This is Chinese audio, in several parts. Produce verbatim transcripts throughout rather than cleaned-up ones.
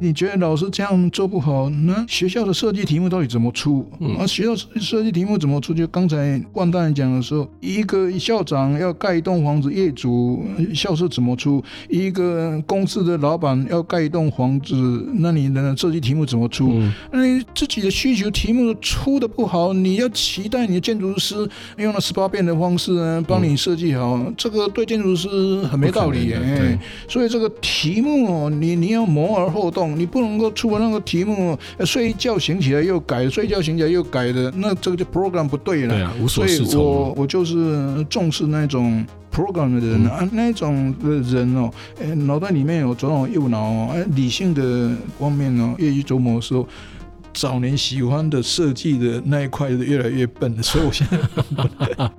你觉得老师这样做不好，那学校的设计题目到底怎么出？嗯，啊，学校设计题目怎么出？就刚才冠大人讲的时候，一个校长要盖一栋房子，业主校舍怎么出？一个公司的老板要盖一栋房子，那你的设计题目怎么出？嗯，那你自己的需求题目出的不好，你要期待你的建筑师用了十八变的方式呢帮你设计好，嗯，这个对建筑师很没道理。哎，所以这个题目你你要谋而后动，你不能够出了那个题目睡一觉醒起来又改，睡一觉醒起来又改的，那这个就 program 不对了。 对啊，无所适从。 所以我我就是重视那种 program 的人，嗯，啊，那种的人哦，脑袋里面有左脑右脑哦，理性的方面哦，越去琢磨的时候，早年喜欢的设计的那一块越来越笨了，所以我现在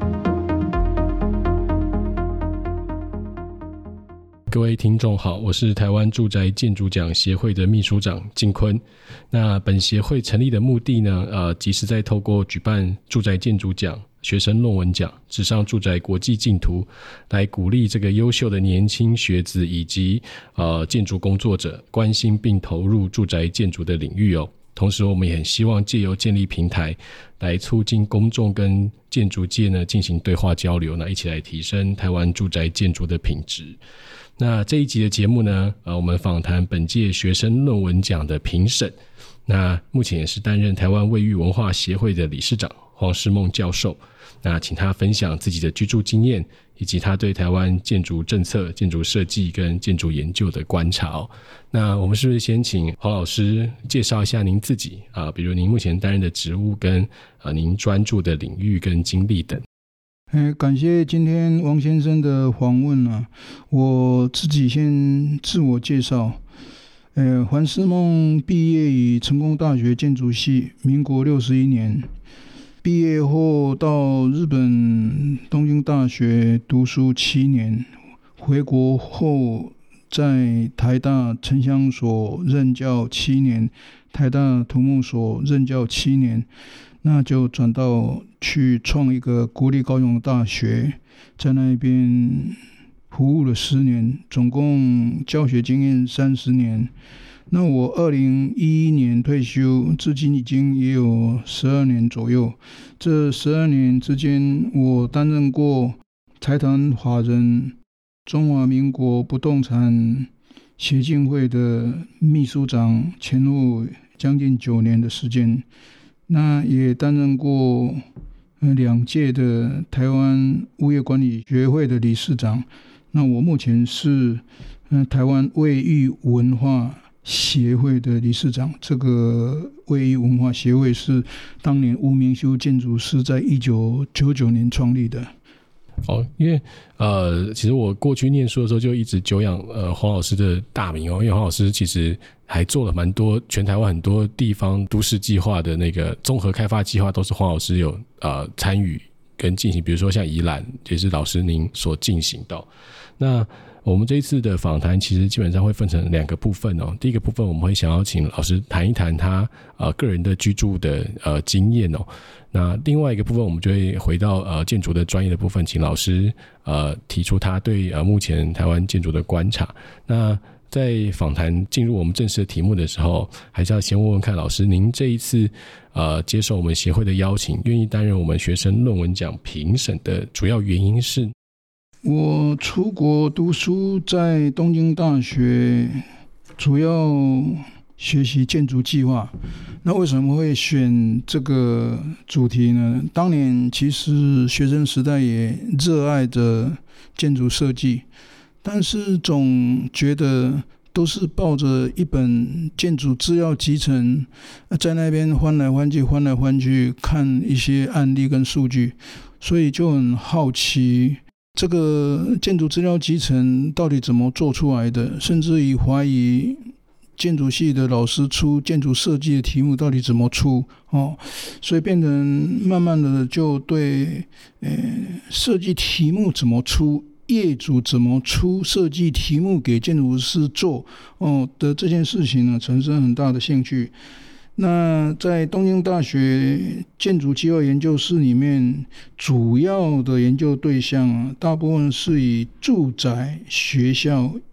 各位听众好，我是台湾住宅建筑奖协会的秘书长进坤。那本协会成立的目的呢，呃，即是在透过举办住宅建筑奖、学生论文奖、纸上住宅国际竞图，来鼓励这个优秀的年轻学子以及呃建筑工作者关心并投入住宅建筑的领域哦。同时我们也很希望借由建立平台来促进公众跟建筑界呢进行对话交流，那一起来提升台湾住宅建筑的品质。那这一集的节目呢，呃，我们访谈本届学生论文奖的评审，那目前也是担任台湾卫浴文化协会的理事长黄诗梦教授。那请他分享自己的居住经验，以及他对台湾建筑政策、建筑设计跟建筑研究的观察哦。那我们是不是先请黄老师介绍一下您自己啊？比如您目前担任的职务跟呃您专注的领域跟经历等。 欸、感谢今天王先生的访问啊！我自己先自我介绍。欸、黄诗梦毕业于成功大学建筑系，民国六十一年。毕业后到日本东京大学读书七年，回国后在台大城乡所任教七年，台大土木所任教七年。那就转到去创一个国立高雄大学，在那边服务了十年，总共教学经验三十年。那我二零一一年退休，至今已经也有十二年左右。这十二年之间，我担任过财团法人中华民国不动产协进会的秘书长，前后将近九年的时间。那也担任过呃两届的台湾物业管理学会的理事长。那我目前是呃台湾卫浴文化协会的理事长。这个卫浴文化协会是当年吴明修建筑师在一九九九年创立的。 哦，因为呃，其实我过去念书的时候就一直久仰呃黄老师的大名哦，因为黄老师其实还做了蛮多全台湾很多地方都市计划的那个综合开发计划，都是黄老师有呃参与跟进行，比如说像宜兰也是老师您所进行到。那我们这一次的访谈其实基本上会分成两个部分哦。第一个部分我们会想要请老师谈一谈他呃个人的居住的呃经验哦。那另外一个部分我们就会回到呃建筑的专业的部分，请老师呃提出他对呃目前台湾建筑的观察。那在访谈进入我们正式的题目的时候，还是要先问问看老师，您这一次呃接受我们协会的邀请，愿意担任我们学生论文奖评审的主要原因是？ 我出国读书，在东京大学主要学习建筑计划。那为什么会选这个主题呢？当年其实学生时代也热爱着建筑设计，但是总觉得都是抱着一本建筑资料集成，在那边翻来翻去翻来翻去看一些案例跟数据，所以就很好奇这个建筑资料集成到底怎么做出来的，甚至于怀疑建筑系的老师出建筑设计的题目到底怎么出哦，所以变成慢慢的就对呃设计题目怎么出，业主怎么出设计题目给建筑师做哦的这件事情呢，产生很大的兴趣。那在东京大学建筑计划研究室里面，主要的研究对象大部分是以住宅、学校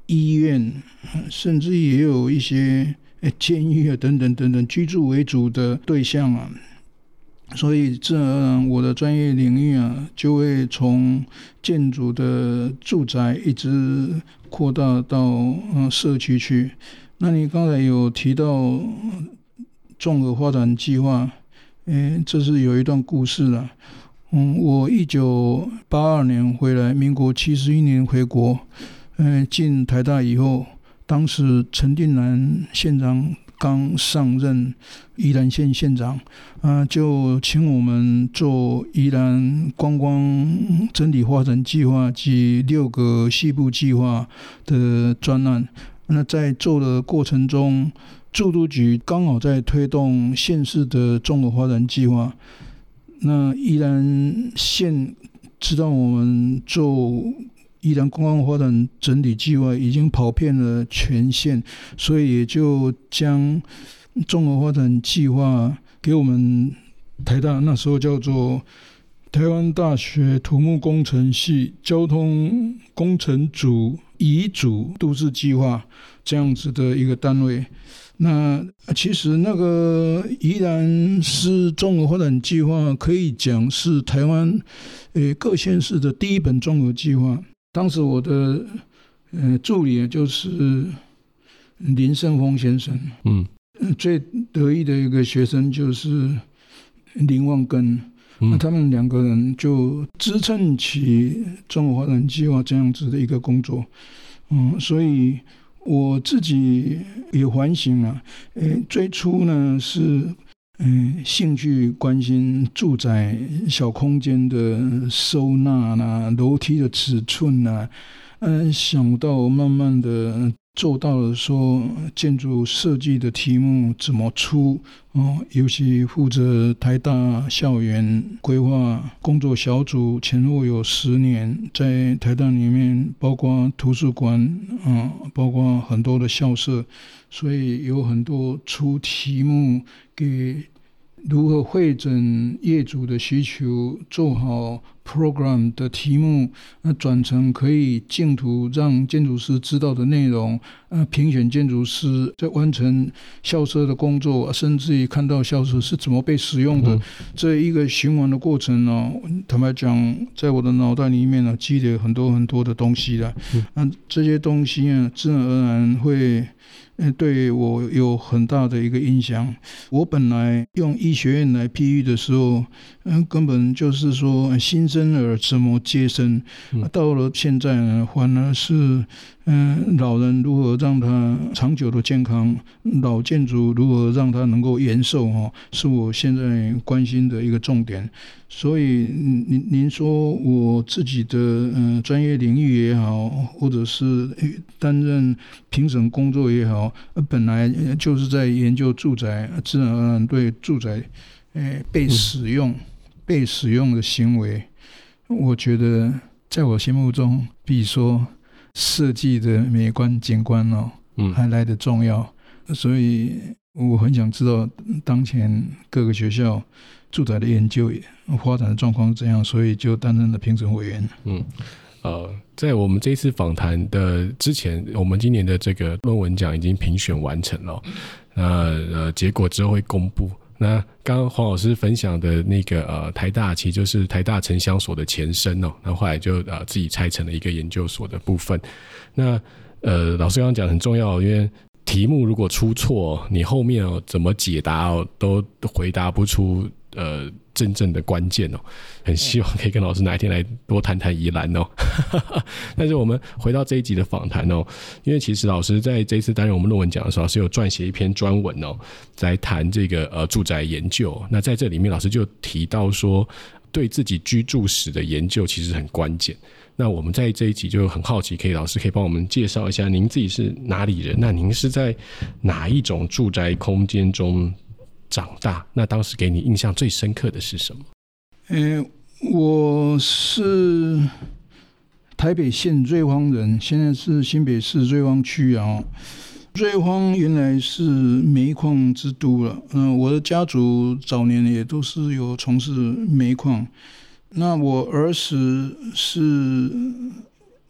医院，甚至也有一些监狱啊等等等等居住为主的对象啊。所以自然而然我的专业领域啊，就会从建筑的住宅一直扩大到、呃、社区去。那你刚才有提到综合发展计划，诶，这是有一段故事了。嗯，我一九八二年回来，民国七十一年回国，嗯，进台大以后，当时陈定南县长刚上任宜兰县县长，啊，就请我们做宜兰观光整体发展计划及六个细部计划的专案。那在做的过程中，住都局刚好在推动县市的综合发展计划。那宜兰县知道我们做宜兰观光发展整体计划已经跑遍了全县，所以也就将综合发展计划给我们台大，那时候叫做台湾大学土木工程系交通工程组乙组都市计划这样子的一个单位。那其实那个宜兰市综合发展计划可以讲是台湾、呃、各县市的第一本综合计划。当时我的、呃、助理就是林胜峰先生，嗯，最得意的一个学生就是林旺根，嗯、那他们两个人就支撑起综合发展计划这样子的一个工作，嗯，所以我自己也反省了，诶，最初呢是，嗯，兴趣关心住宅小空间的收纳啦、楼梯的尺寸啦，嗯，想到慢慢的做到了说建筑设计的题目怎么出哦，尤其负责台大校园规划工作小组前后有十年，在台大里面包括图书馆啊，包括很多的校舍，所以有很多出题目给如何汇整业主的需求，做好 program 的题目，那转成可以竞图让建筑师知道的内容，呃，评选建筑师在完成校舍的工作，甚至于看到校舍是怎么被使用的，嗯、这一个循环的过程呢、哦，坦白讲，在我的脑袋里面呢，积累很多很多的东西了。嗯、那这些东西呢，自然而然会。对我有很大的一个影响。我本来用医学院来譬喻的时候，嗯，根本就是说新生儿怎么接生，嗯、到了现在呢，反而是嗯，老人如何让他长久的健康，老建筑如何让他能够延寿哈，是我现在关心的一个重点。所以您您说我自己的呃专业领域也好，或者是担任评审工作也好，本来就是在研究住宅，自然而然对住宅呃被使用、嗯、被使用的行为，我觉得在我心目中，比说设计的美观景观哦，嗯、还来得重要。所以我很想知道当前各个学校住宅的研究发展的状况是怎样，所以就担任了评审委员。嗯， 呃，在我们这一次访谈的之前，我们今年的这个论文奖已经评选完成了，那呃结果之后会公布。那刚刚黄老师分享的那个呃台大，其实就是台大城乡所的前身哦，那后来就呃自己拆成了一个研究所的部分。那呃老师刚刚讲很重要，因为题目如果出错，你后面、哦、怎么解答、哦、都回答不出呃真正的关键哦。很希望可以跟老师哪一天来多谈谈宜兰哦。但是我们回到这一集的访谈哦，因为其实老师在这一次担任我们论文奖的时候，是有撰写一篇专文哦，在谈这个呃住宅研究。那在这里面，老师就提到说，对自己居住史的研究其实很关键。那我们在这一集就很好奇，可以老师可以帮我们介绍一下您自己是哪里人？那您是在哪一种住宅空间中长大？那当时给你印象最深刻的是什么？ 呃，我是台北县瑞芳人，现在是新北市瑞芳区啊。瑞芳原来是煤矿之都了，嗯、呃，我的家族早年也都是有从事煤矿。那我儿时是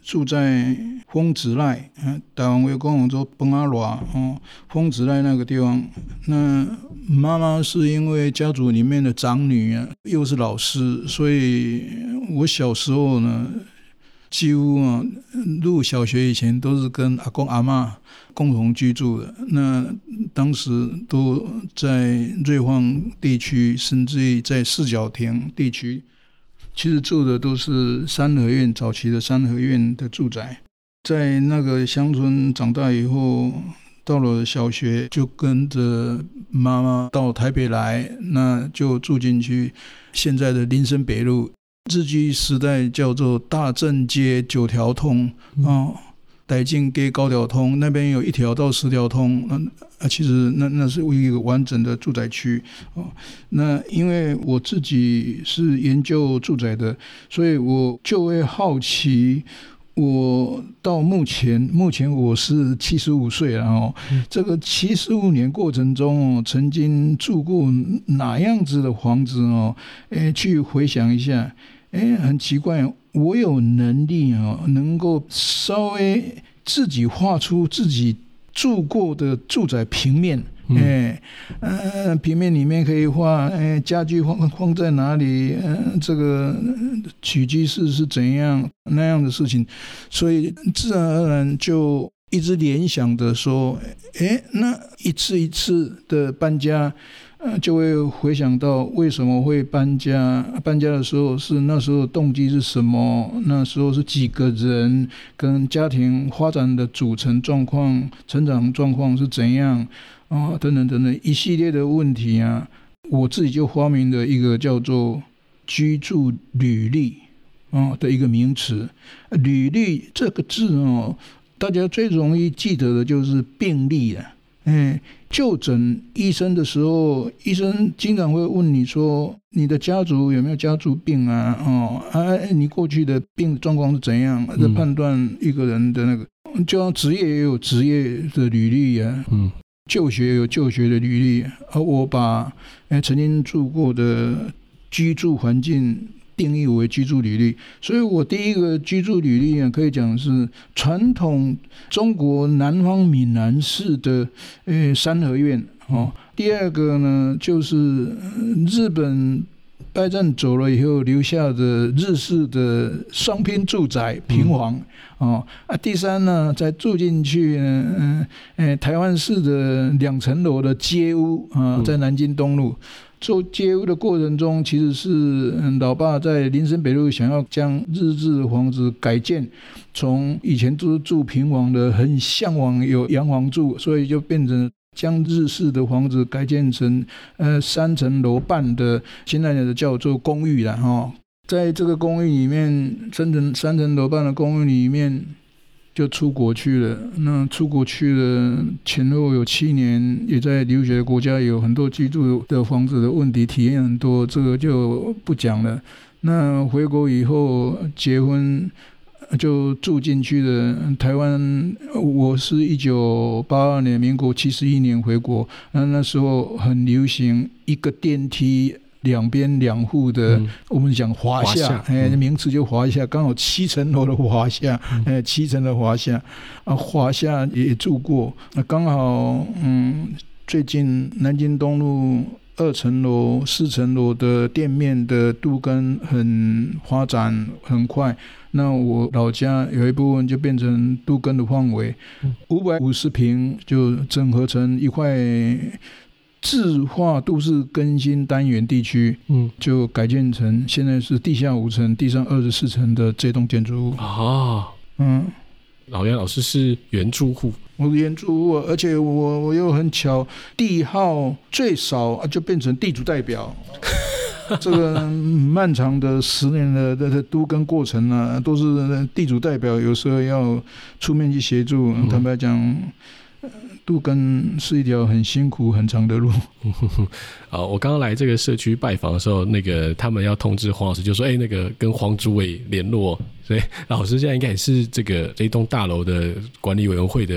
住在丰子赖，嗯，台湾话讲我做崩阿罗哦，丰子赖那个地方。那妈妈是因为家族里面的长女啊，又是老师，所以我小时候呢，几乎啊入小学以前都是跟阿公阿嬷共同居住的。那当时都在瑞芳地区，甚至于在四角亭地区，其实住的都是三合院，早期的三合院的住宅。在那个乡村长大以后，到了小学就跟着妈妈到台北来，那就住进去现在的林森北路，日据时代叫做大正街九条通啊，台进街高条通，那边有一条到十条通，啊，其实那那是一个完整的住宅区哦。那因为我自己是研究住宅的，所以我就会好奇。我到目前，目前我是七十五岁了哦。嗯、这个七十五年过程中哦，曾经住过哪样子的房子哦？哎，去回想一下，哎，很奇怪，我有能力哦，能够稍微自己画出自己住过的住宅平面。哎、嗯呃，平面里面可以画，哎，家具放放在哪里，呃，这个起居室是怎样那样的事情，所以自然而然就一直联想的说，哎，那一次一次的搬家，呃，就会回想到为什么会搬家，搬家的时候是那时候动机是什么，那时候是几个人，跟家庭发展的组成状况、成长状况是怎样。啊，等等等等，一系列的问题啊，我自己就发明了一个叫做居住履历啊的一个名词。履历这个字哦，大家最容易记得的就是病历啊。哎，就诊医生的时候，医生经常会问你说，你的家族有没有家族病啊？哦，啊，你过去的病状况是怎样？在判断一个人的那个，就像职业也有职业的履历啊。嗯。就学有就学的履历，而我把曾经住过的居住环境定义为居住履历，所以我第一个居住履历可以讲是传统中国南方闽南式的呃三合院哦。第二个呢，就是日本败战走了以后留下的日式的双拼住宅平房。嗯哦啊，第三呢，再住进去呢，嗯、呃，台湾式的两层楼的街屋啊，在南京东路。做街屋的过程中，其实是、嗯、老爸在林森北路想要将日治的房子改建，从以前都是住平房的，很向往有洋房住，所以就变成将日式的房子改建成呃三层楼半的，现在的叫做公寓了哈。哦在这个公寓里面，三层三层楼半的公寓里面，就出国去了。那出国去了前后有七年，也在留学的国家有很多居住的房子的问题，体验很多，这个就不讲了。那回国以后结婚就住进去了。台湾，我是一九八二年，民国七十一年回国。那那时候很流行一个电梯。两边两户的，嗯、我们讲华夏，哎、嗯，名词就华夏，刚好七层楼的华夏，哎、嗯，七层的华夏，啊，华夏也住过，啊，刚好，嗯，最近南京东路二层楼、四层楼的店面的都更很发展很快，那我老家有一部分就变成都更的范围，五百五十坪就整合成一块。自化都市更新单元地区，嗯，就改建成现在是地下五层、地上二十四层的这栋建筑物啊。嗯，老杨老师是原住户， 我是原住户，而且我我又很巧，地号最少就变成地主代表。这个漫长的十年的的都更过程啊，都是地主代表，有时候要出面去协助。嗯、坦白讲。都更是一条很辛苦很长的路。 啊，我刚刚来这个社区拜访的时候，那个他们要通知黄老师，就说：“哎、欸，那个跟黄主委联络。”所以老师现在应该也是这个这一栋大楼的管理委员会的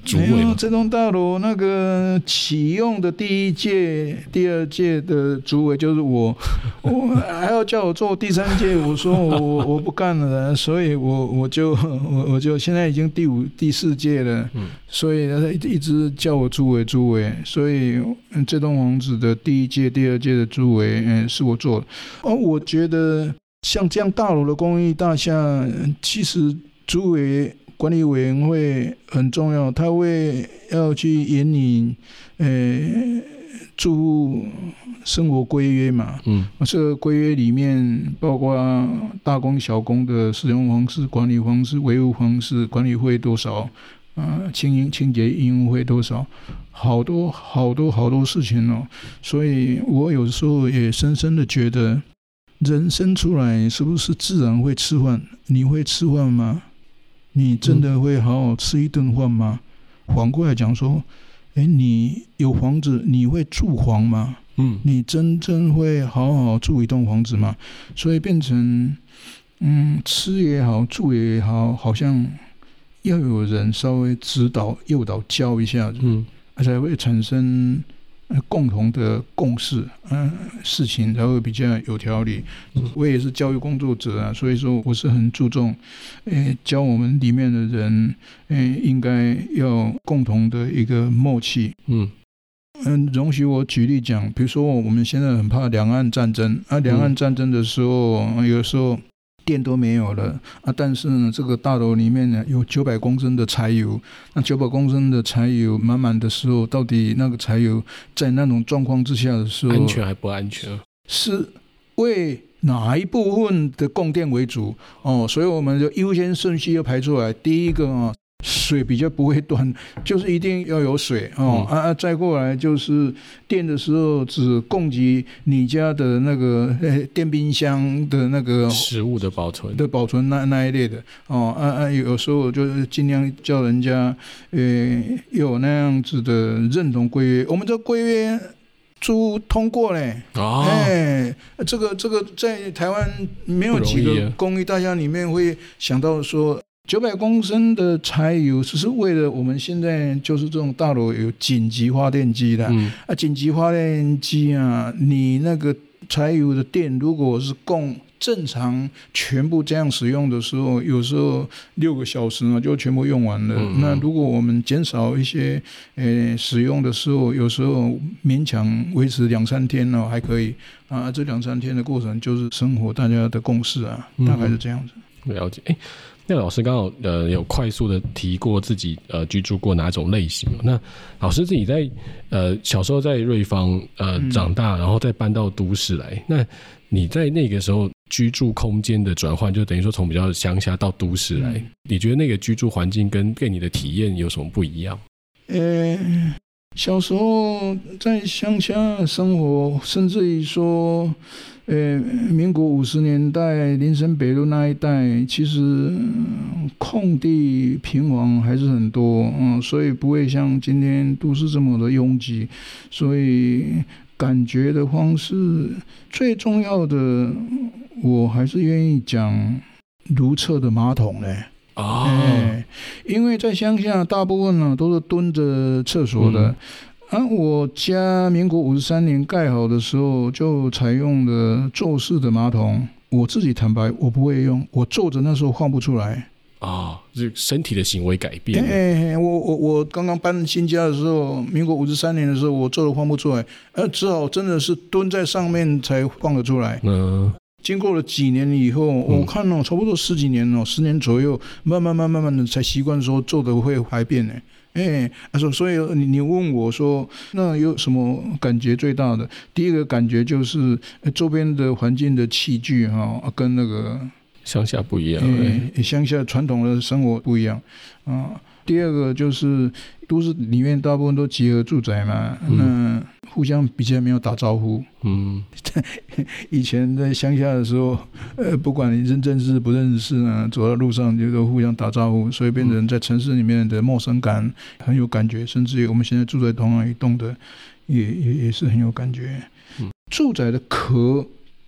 主委吗？ 没有，这栋大楼那个启用的第一届、第二届的主委就是我，我还要叫我做第三届，我说我我不干了，所以我我就我我就现在已经第五、第四届了，嗯、所以他一直叫我主委、主委，所以这栋房子的第一届、第二届的主委，嗯，是我做的。哦，我觉得像这样大楼的公益大厦，其实主委。管理委员会很重要，他会要去引领呃住户生活规约嘛，嗯，这个规约里面包括大工小工的使用方式、管理方式、维护方式、管理费多少，啊、呃，清清洁应用费多少，好多好多好多事情哦。所以我有时候也深深的觉得，人生出来是不是自然会吃饭？你会吃饭吗？你真的会好好吃一顿饭吗？嗯、反过来讲说，哎，你有房子，你会住房吗？嗯，你真正会好好住一栋房子吗？所以变成，嗯，吃也好，住也好，好像要有人稍微指导、诱导、教一下子，嗯，才会产生共同的共识，嗯、呃，事情才会比较有条理。我也是教育工作者啊，所以说我是很注重，诶，教我们里面的人，诶，应该要共同的一个默契。嗯嗯，容许我举例讲，比如说我们现在很怕两岸战争啊，两岸战争的时候，嗯、有时候。电都没有了啊！但是呢，这个大楼里面呢有九百公升的柴油，那九百公升的柴油满满的时候，到底那个柴油在那种状况之下的时候， 安全还不安全？ 是为哪一部分的供电为主哦？所以我们就优先顺序要排出来。第一个啊。水比较不会断，就是一定要有水哦、嗯、啊！再过来就是电的时候，只供给你家的那个呃电冰箱的那个食物的保存的保存那那一类的哦啊啊！有时候就是尽量叫人家呃有那样子的认同规约，我们这规约租通过嘞哦，哎，这个这个在台湾没有几个公寓大厦里面会想到说。九百公升的柴油只是为了我们现在就是这种大楼有紧急发电机的、嗯、啊，紧急发电机啊，你那个柴油的电如果是供正常全部这样使用的时候，有时候六个小时呢就全部用完了。嗯、那如果我们减少一些呃使用的时候，有时候勉强维持两三天呢还可以啊。这两三天的过程就是生活大家的共识啊，大概是这样子。 嗯、了解，哎。那老师刚好呃有快速的提过自己呃居住过哪种类型？那老师自己在呃小时候在瑞芳呃长大，然后再搬到都市来。那你在那个时候居住空间的转换，就等于说从比较乡下到都市来，嗯、你觉得那个居住环境跟给你的体验有什么不一样？ 呃，小时候在乡下生活，甚至于说。呃，民国五十年代林森北路那一带，其实空地平房还是很多，嗯，所以不会像今天都市这么的拥挤，所以感觉的方式最重要的，我还是愿意讲如厕的马桶嘞。哦、哎，因为在乡下大部分呢都是蹲着厕所的。嗯啊，我家民国五十三年盖好的时候，就采用了坐式的马桶。我自己坦白，我不会用，我坐着那时候放不出来。 啊、哦，这身体的行为改变。 哎，我我我刚刚搬新家的时候，民国五十三年的时候，我坐着放不出来，呃，只好真的是蹲在上面才放得出来。嗯。经过了几年以后，我看哦，差不多十几年哦，十年左右，慢慢慢慢慢的才习惯说坐的会排便呢。哎，所所以你你问我说，那有什么感觉最大的？第一个感觉就是周边的环境的器具哈、哦，跟那个乡下不一样， 哎，乡下传统的生活不一样啊。第二个就是都市里面大部分都集合住宅嘛，嗯、那互相比较没有打招呼。嗯，以前在乡下的时候，呃，不管你认认识不认识呢，走到路上就都互相打招呼，所以变成在城市里面的陌生感很有感觉，甚至于我们现在住在同样一栋的，也也也是很有感觉。嗯、住宅的壳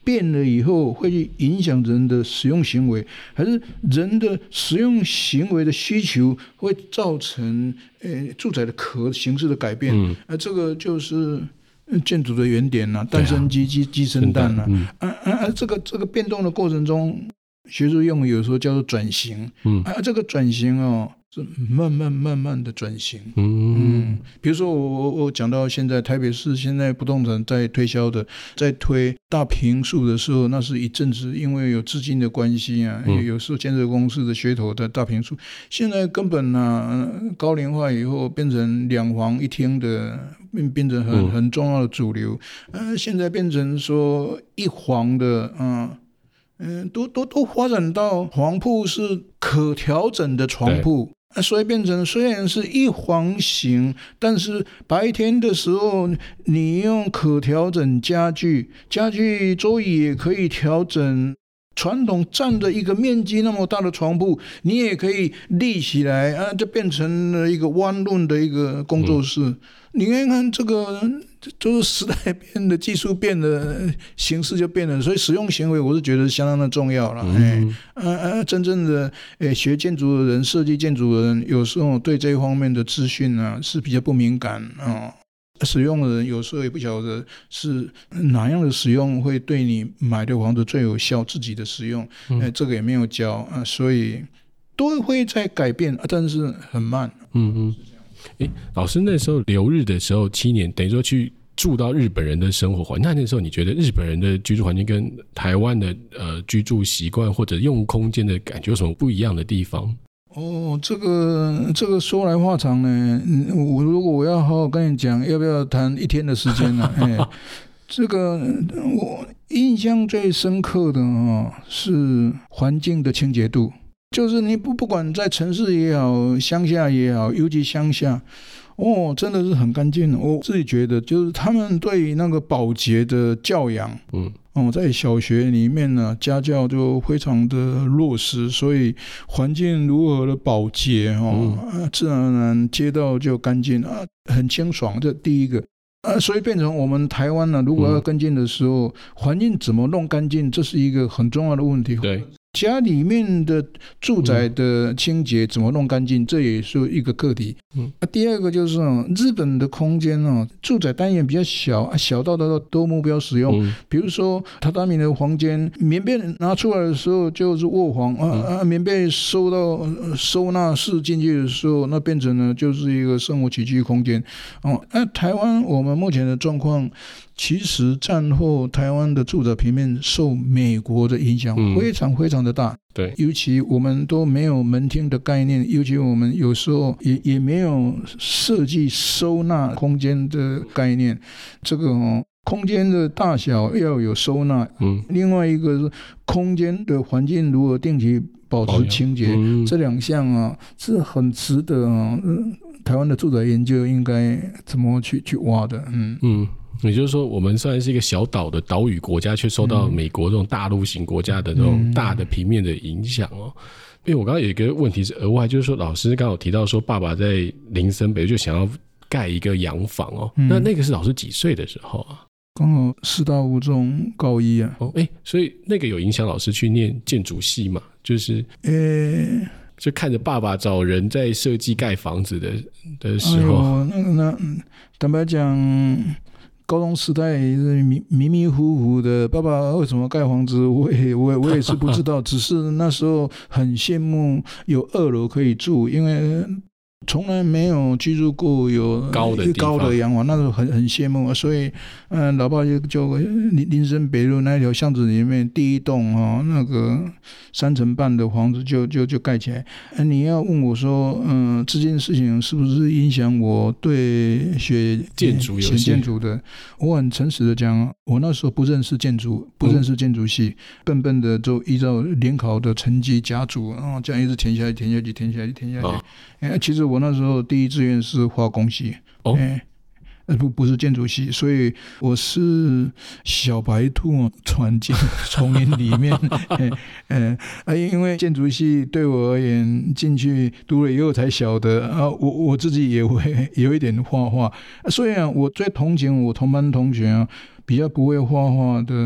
变了以后会去影响人的使用行为，还是人的使用行为的需求会造成呃住宅的可形式的改变？嗯，啊，这个就是建筑的原点呐、啊，诞生鸡鸡鸡生蛋呐、啊嗯，啊啊啊！这个这个变动的过程中，学术用语有时候叫做转型，嗯，啊，这个转型哦。是慢慢慢慢的转型，嗯嗯，比如说我我我讲到现在台北市现在不动产在推销的，在推大坪数的时候，那是一阵子，因为有资金的关系啊，嗯、有时候建设公司的噱头的大坪数，现在根本呢、啊、高龄化以后变成两房一厅的，变变成很很重要的主流，呃，现在变成说一房的啊。嗯，都都都发展到床铺是可调整的床铺，所以变成虽然是一房型，但是白天的时候你用可调整家具，家具桌椅也可以调整。传统占着一个面积那么大的床铺，你也可以立起来啊，就变成了一个弯论的一个工作室。嗯、你看看这个，就是时代变的，技术变的，形式就变了，所以使用行为我是觉得相当的重要了。嗯，哎，啊啊，真正的诶学建筑的人、设计建筑的人，有时候对这一方面的资讯呢是比较不敏感啊。使用的人有时候也不晓得是哪样的使用会对你买的房子最有效，自己的使用，嗯呃、这个也没有教啊，所以都会在改变，啊、但是很慢。 嗯嗯，诶，老师那时候留日的时候七年，等于说去住到日本人的生活环境，那那时候你觉得日本人的居住环境跟台湾的呃居住习惯或者用空间的感觉有什么不一样的地方？ 哦，这个这个说来话长呢。我如果我要好好跟你讲，要不要谈一天的时间呢、啊？哎，这个我印象最深刻的啊是环境的清洁度，就是你不不管在城市也好，乡下也好，尤其乡下。哦，真的是很干净。我自己觉得，就是他们对于那个保洁的教养，嗯，哦，在小学里面呢，家教就非常的落实，所以环境如何的保洁，哦，嗯、自然而然街道就干净啊，很清爽。这第一个啊，所以变成我们台湾呢，如果要跟进的时候，嗯、环境怎么弄干净，这是一个很重要的问题。 对。 家里面的住宅的清洁怎么弄干净，嗯、这也是一个课题。嗯，啊、第二个就是、哦、日本的空间哦，住宅单元比较小，啊、小到的多目标使用。嗯、比如说榻榻米的房间，棉被拿出来的时候就是卧房，啊、嗯、啊，棉被收到收纳室进去的时候，那变成了就是一个生活起居空间。哦，那、啊、台湾我们目前的状况。其实战后台湾的住宅平面受美国的影响非常非常的大，嗯、 对， 尤其我们都没有门厅的概念，尤其我们有时候也也没有设计收纳空间的概念，这个哦。空间的大小要有收纳，嗯，另外一个是空间的环境如何定期保持清洁，嗯、这两项啊是很值得啊，嗯、台湾的住宅研究应该怎么去去挖的，嗯嗯。也就是说，我们虽然是一个小岛的岛屿国家，却受到美国这种大陆型国家的这种大的平面的影响哦。因为我刚刚有一个问题是额外，就是说老师刚好提到说，爸爸在林森北就想要盖一个洋房哦。嗯、那那个是老师几岁的时候啊？ 刚好四大五中高一啊。 哦，哎，所以那个有影响老师去念建筑系嘛？就是，呃。就看着爸爸找人在设计盖房子的的时候， 哎、那那坦白讲，高中时代是迷迷迷糊糊的。爸爸为什么盖房子，我也我也我也是不知道。只是那时候很羡慕有二楼可以住，因为从来没有居住过有高的高的洋房，那时候很很羡慕。所以，嗯、呃，老爸就就林林森北路那条巷子里面第一栋哈、哦，那个三层半的房子就就就盖起来。呃、你要问我说，嗯、呃，这件事情是不是影响我对学建筑有建筑的？我很诚实的讲，我那时候不认识建筑，不认识建筑系，嗯、笨笨的就依照联考的成绩甲组，然后这样一直填下去，填下去，填下去，填下去。哦欸、其实我那时候第一志愿是化工系，哦，欸、不不是建筑系，所以我是小白兔闯进丛林里面，欸欸啊、因为建筑系对我而言进去读了以后才晓得啊，我我自己也会有一点画画，虽然我最同情我同班同学啊，比较不会画画的。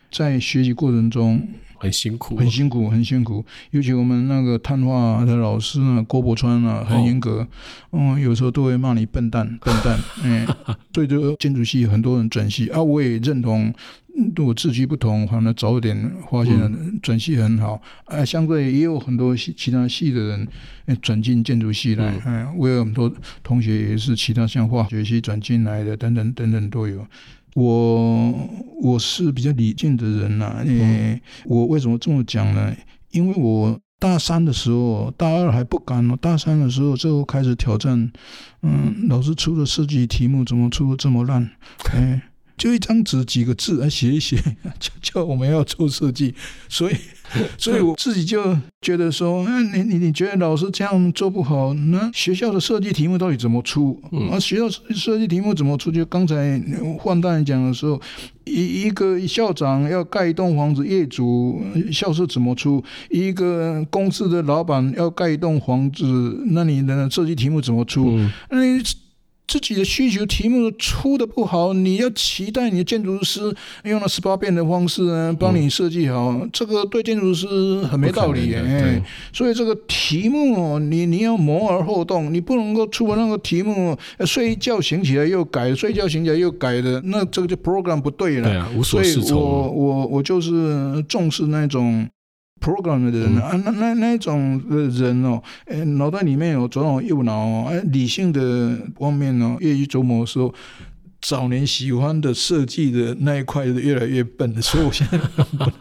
在学习过程中很辛苦， 很辛苦，很辛苦。尤其我们那个碳化的老师呢，郭伯川啊，很严格，哦、嗯，有时候都会骂你笨蛋，笨蛋。嗯，所以这个建筑系很多人转系啊，我也认同。我志趣不同，反而早一点发现了转系很好。嗯、啊，相对也有很多其他系的人转进建筑系来。嗯，嗯我有很多同学也是其他像化学系转进来的，等等等等都有。我我是比较理性的人呐、啊，嗯，我为什么这么讲呢？因为我大三的时候，大二还不敢哦，大三的时候就开始挑战，嗯，老师出的设计题目怎么出的这么烂？哎。就一张纸几个字来写一写，就叫我们要做设计，所以，所以我自己就觉得说，啊、你你你觉得老师这样做不好，那学校的设计题目到底怎么出？嗯、啊，学校设计题目怎么出？就刚才换大人讲的时候，一一个校长要盖一栋房子，业主校舍怎么出？一个公司的老板要盖一栋房子，那你的设计题目怎么出？嗯、那你自己的需求题目出的不好，你要期待你的建筑师用了十八变的方式呢帮你设计好，嗯、这个对建筑师很没道理。哎，所以这个题目你你要摩而后动，你不能够出了那个题目睡一觉醒起来又改，睡一觉醒起来又改的，那这个就 program 不对了。 对啊，无所适从。 所以我我我就是重视那种。program 的人、嗯、啊，那那那种人哦，呃，脑袋里面有左脑右脑哦，理性的方面哦，越去琢磨的时候，早年喜欢的设计的那一块越来越笨了，所以我现在，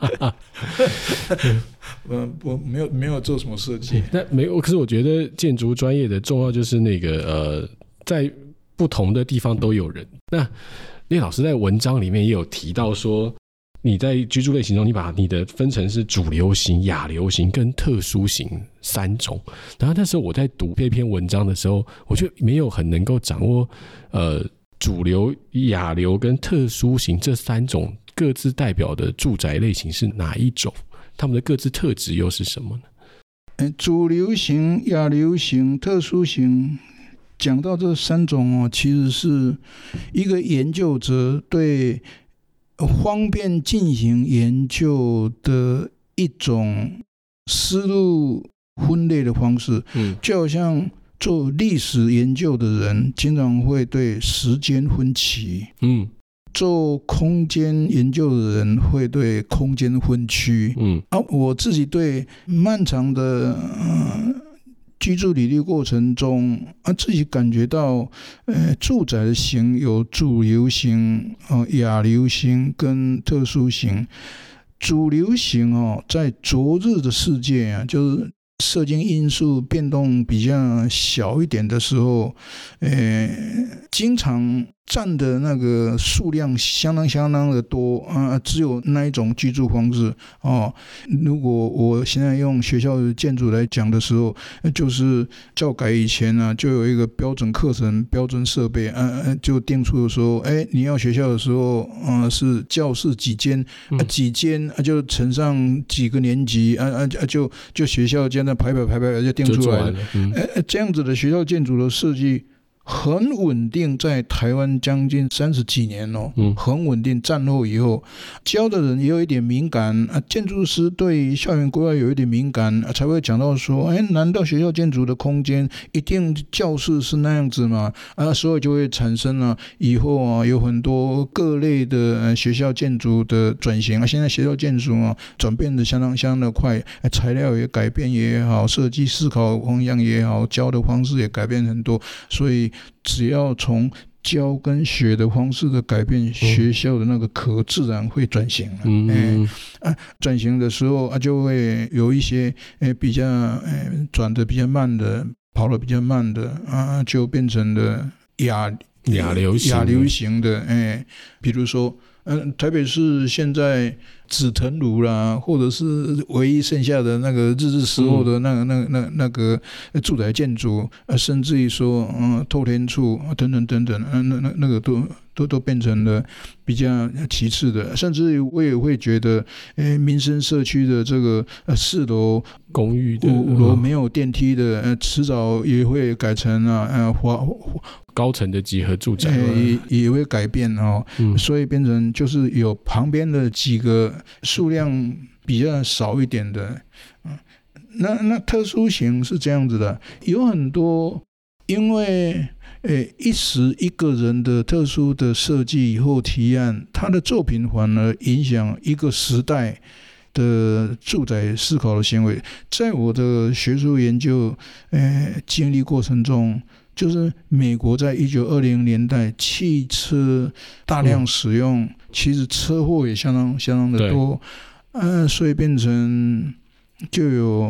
嗯，我没有没有做什么设计， 但没有。可是我觉得建筑专业的重要就是那个呃，在不同的地方都有人。那聂老师在文章里面也有提到说。你在居住类型中，你把你的分成是主流型、亚流型跟特殊型三种。然后那时候我在读这篇文章的时候，我就没有很能够掌握，呃，主流、亚流跟特殊型这三种各自代表的住宅类型是哪一种？它们的各自特质又是什么呢？主流型、亚流型、特殊型。讲到这三种哦，其实是一个研究者对。方便进行研究的一种思路分类的方式，嗯，就好像做历史研究的人经常会对时间分期，嗯，做空间研究的人会对空间分区，嗯，啊，我自己对漫长的呃居住履历过程中啊，自己感觉到，呃，住宅的型有主流型、呃、亚流型跟特殊型。主流型哦，在昨日的世界啊，就是社经因素变动比较小一点的时候，呃，经常占的那个数量相当相当的多啊，只有那一种居住方式哦。如果我现在用学校的建筑来讲的时候，就是教改以前呢、啊，就有一个标准课程、标准设备，啊，就定出说，哎，你要学校的时候，啊，是教室几间，啊、几间啊，就乘上几个年级，啊啊啊，就就学校这样的排排排排就定出来了。嗯、呃，这样子的学校建筑的设计。很稳定，在台湾将近三十几年哦，嗯、很稳定。战后以后，教的人也有一点敏感啊，建筑师对校园规划有一点敏感、啊，才会讲到说，哎，难道学校建筑的空间一定教室是那样子吗？啊，所以就会产生了、啊、以后啊，有很多各类的、呃、学校建筑的转型啊。现在学校建筑啊，转变的相当相当的快，啊、材料也改变也好，设计思考方向也好，教的方式也改变很多，所以。只要从教跟学的方式的改变，学校的那个壳自然会转型了。嗯、欸啊，转型的时候啊，就会有一些、欸、比较、欸、转的比较慢的，跑的比较慢的啊，就变成了亚亚流行亚流行的。欸、比如说，嗯、呃，台北市现在。紫藤庐啦，或者是唯一剩下的那个日治时候的那个、嗯、那个、那那个住宅建筑，呃，甚至于说，嗯，透天处等等等等，呃、那那那个都都都变成了比较其次的，甚至我也会觉得，诶，民生社区的这个呃四楼公寓的五楼没有电梯的，呃，迟早也会改成啊，呃，华。 高层的集合住宅、 欸、也也会改变哦，嗯、所以变成就是有旁边的几个个数量比较少一点的。嗯，那那特殊型是这样子的，有很多因为诶一时一个人的特殊的设计或提案，他的作品反而影响一个时代的住宅思考的行为。在我的学术研究诶经历过程中，就是美国在一九二零年代汽车大量使用，嗯、其实车祸也相当相当的多，呃，所以变成就有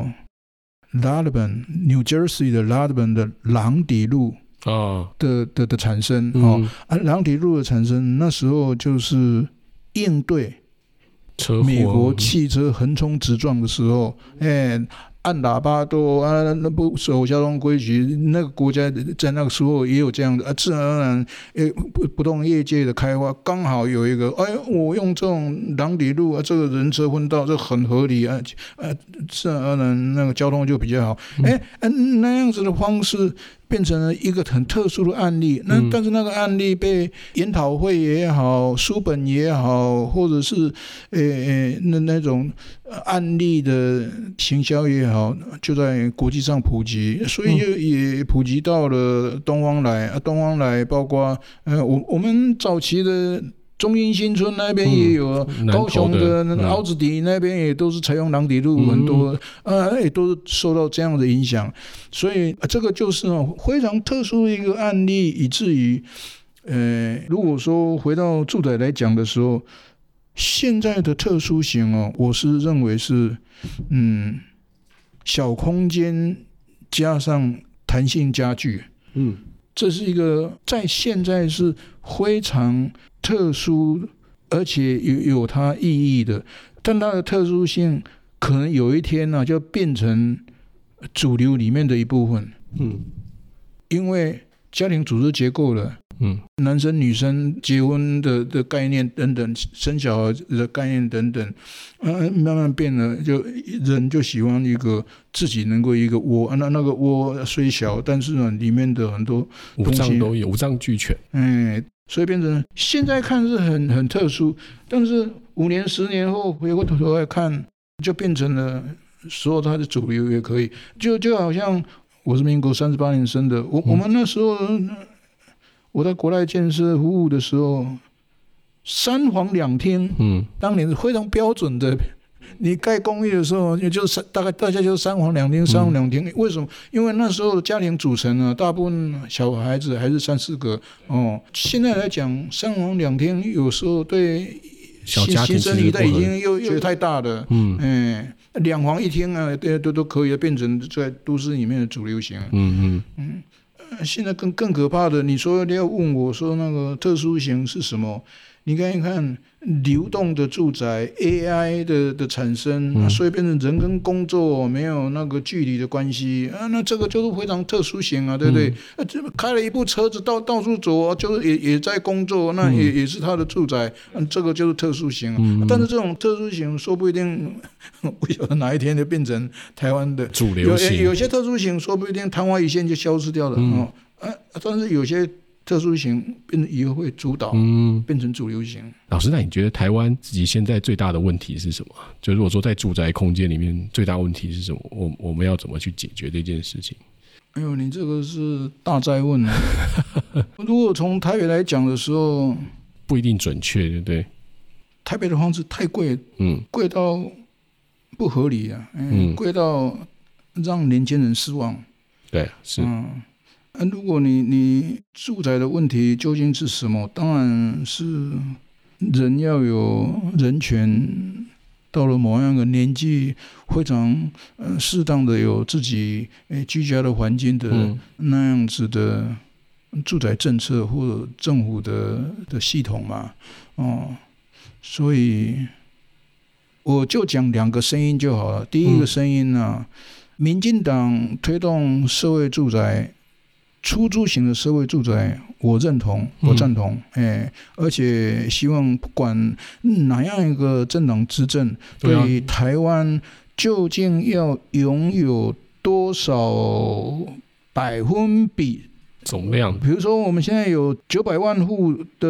Ludburn，New Jersey 的 Ludburn 的朗底路的、哦、的, 的产生、嗯哦啊、朗底路的产生，那时候就是应对美国汽车横冲直撞的时候，哎，按喇叭都啊，那不守交通规矩，那个国家在那个时候也有这样的啊，自然而然，呃，不动业界的开发刚好有一个，哎，我用这种朗底路啊，这个人车分道，这很合理啊，呃，自然而然那个交通就比较好，哎、嗯，那样子的方式。变成了一个很特殊的案例，那但是那个案例被研讨会也好，书本也好，或者是呃呃那那种案例的行销也好，就在国际上普及，所以就也普及到了东方来。啊，东方来包括呃我我们早期的。中英新村那边也有，嗯、高雄的凹子底那边也都是采用朗底路，嗯、很多，呃，也都受到这样的影响，所以、呃、这个就是非常特殊的一个案例，以至于，呃，如果说回到住宅来讲的时候，现在的特殊型哦，我是认为是，嗯，小空间加上弹性家具，嗯。这是一个在现在是非常特殊，而且有有它意义的，但它的特殊性可能有一天呢、啊，就变成主流里面的一部分。嗯，因为家庭组织结构了，嗯，男生女生结婚的的概念等等，生小孩的概念等等，呃，慢慢变了，就人就喜欢一个自己能够一个窝，那那个窝虽小，但是呢，里面的很多五脏都有，五脏俱全。 哎，所以变成现在看是很很特殊，但是五年、十年后回过头来看，就变成了所有它的主流也可以，就就好像我是民国三十八年生的，我、嗯、我们那时候。我在国内建设服务的时候，三房两厅，嗯，当年是非常标准的。你盖公寓的时候，就是大概大家就是三房两厅，三房两厅、嗯。为什么？因为那时候的家庭组成呢，大部分小孩子还是三四个哦。现在来讲，三房两厅有时候对新生一代已经又又太大了，嗯，哎，两房一厅啊，都都都可以变成在都市里面的主流型，嗯嗯嗯。现在更更可怕的，你说你要问我说那个特殊型是什么？你看一看流动的住宅 A I 的的产生、嗯啊，所以变成人跟工作没有那个距离的关系啊，那这个就是非常特殊型啊，对不对？嗯、啊，开了一部车子到到处走，就是也也在工作，那也、嗯、也是他的住宅，嗯，这个就是特殊型、啊嗯。但是这种特殊型说不一定，不晓得哪一天就变成台湾的主流型。 有有些特殊型说不一定昙花一现就消失掉了、嗯、哦，啊，但是有些。特殊型变成以后会主导，嗯，变成主流型。 老师，那你觉得台湾自己现在最大的问题是什么？就如果说在住宅空间里面最大问题是什么？我我们要怎么去解决这件事情？ 哎呦，你这个是大哉问啊！如果从台北来讲的时候， 不一定准确，对不对？ 台北的房子太贵，嗯，贵到不合理啊，嗯，贵到让年轻人失望。 对，是。嗯啊、如果你你住宅的问题究竟是什么？当然是人要有人权，到了某样的年纪，非常呃适当的有自己诶居家的环境的那样子的住宅政策或者政府的的系统嘛，哦，所以我就讲两个声音就好了。第一个声音呢、啊，民进党推动社会住宅。出租型的社会住宅，我认同，我赞同，嗯欸、而且希望不管哪样一个政党执政，对、啊、对台湾究竟要拥有多少百分比总量？ 比如说，我们现在有九百万户的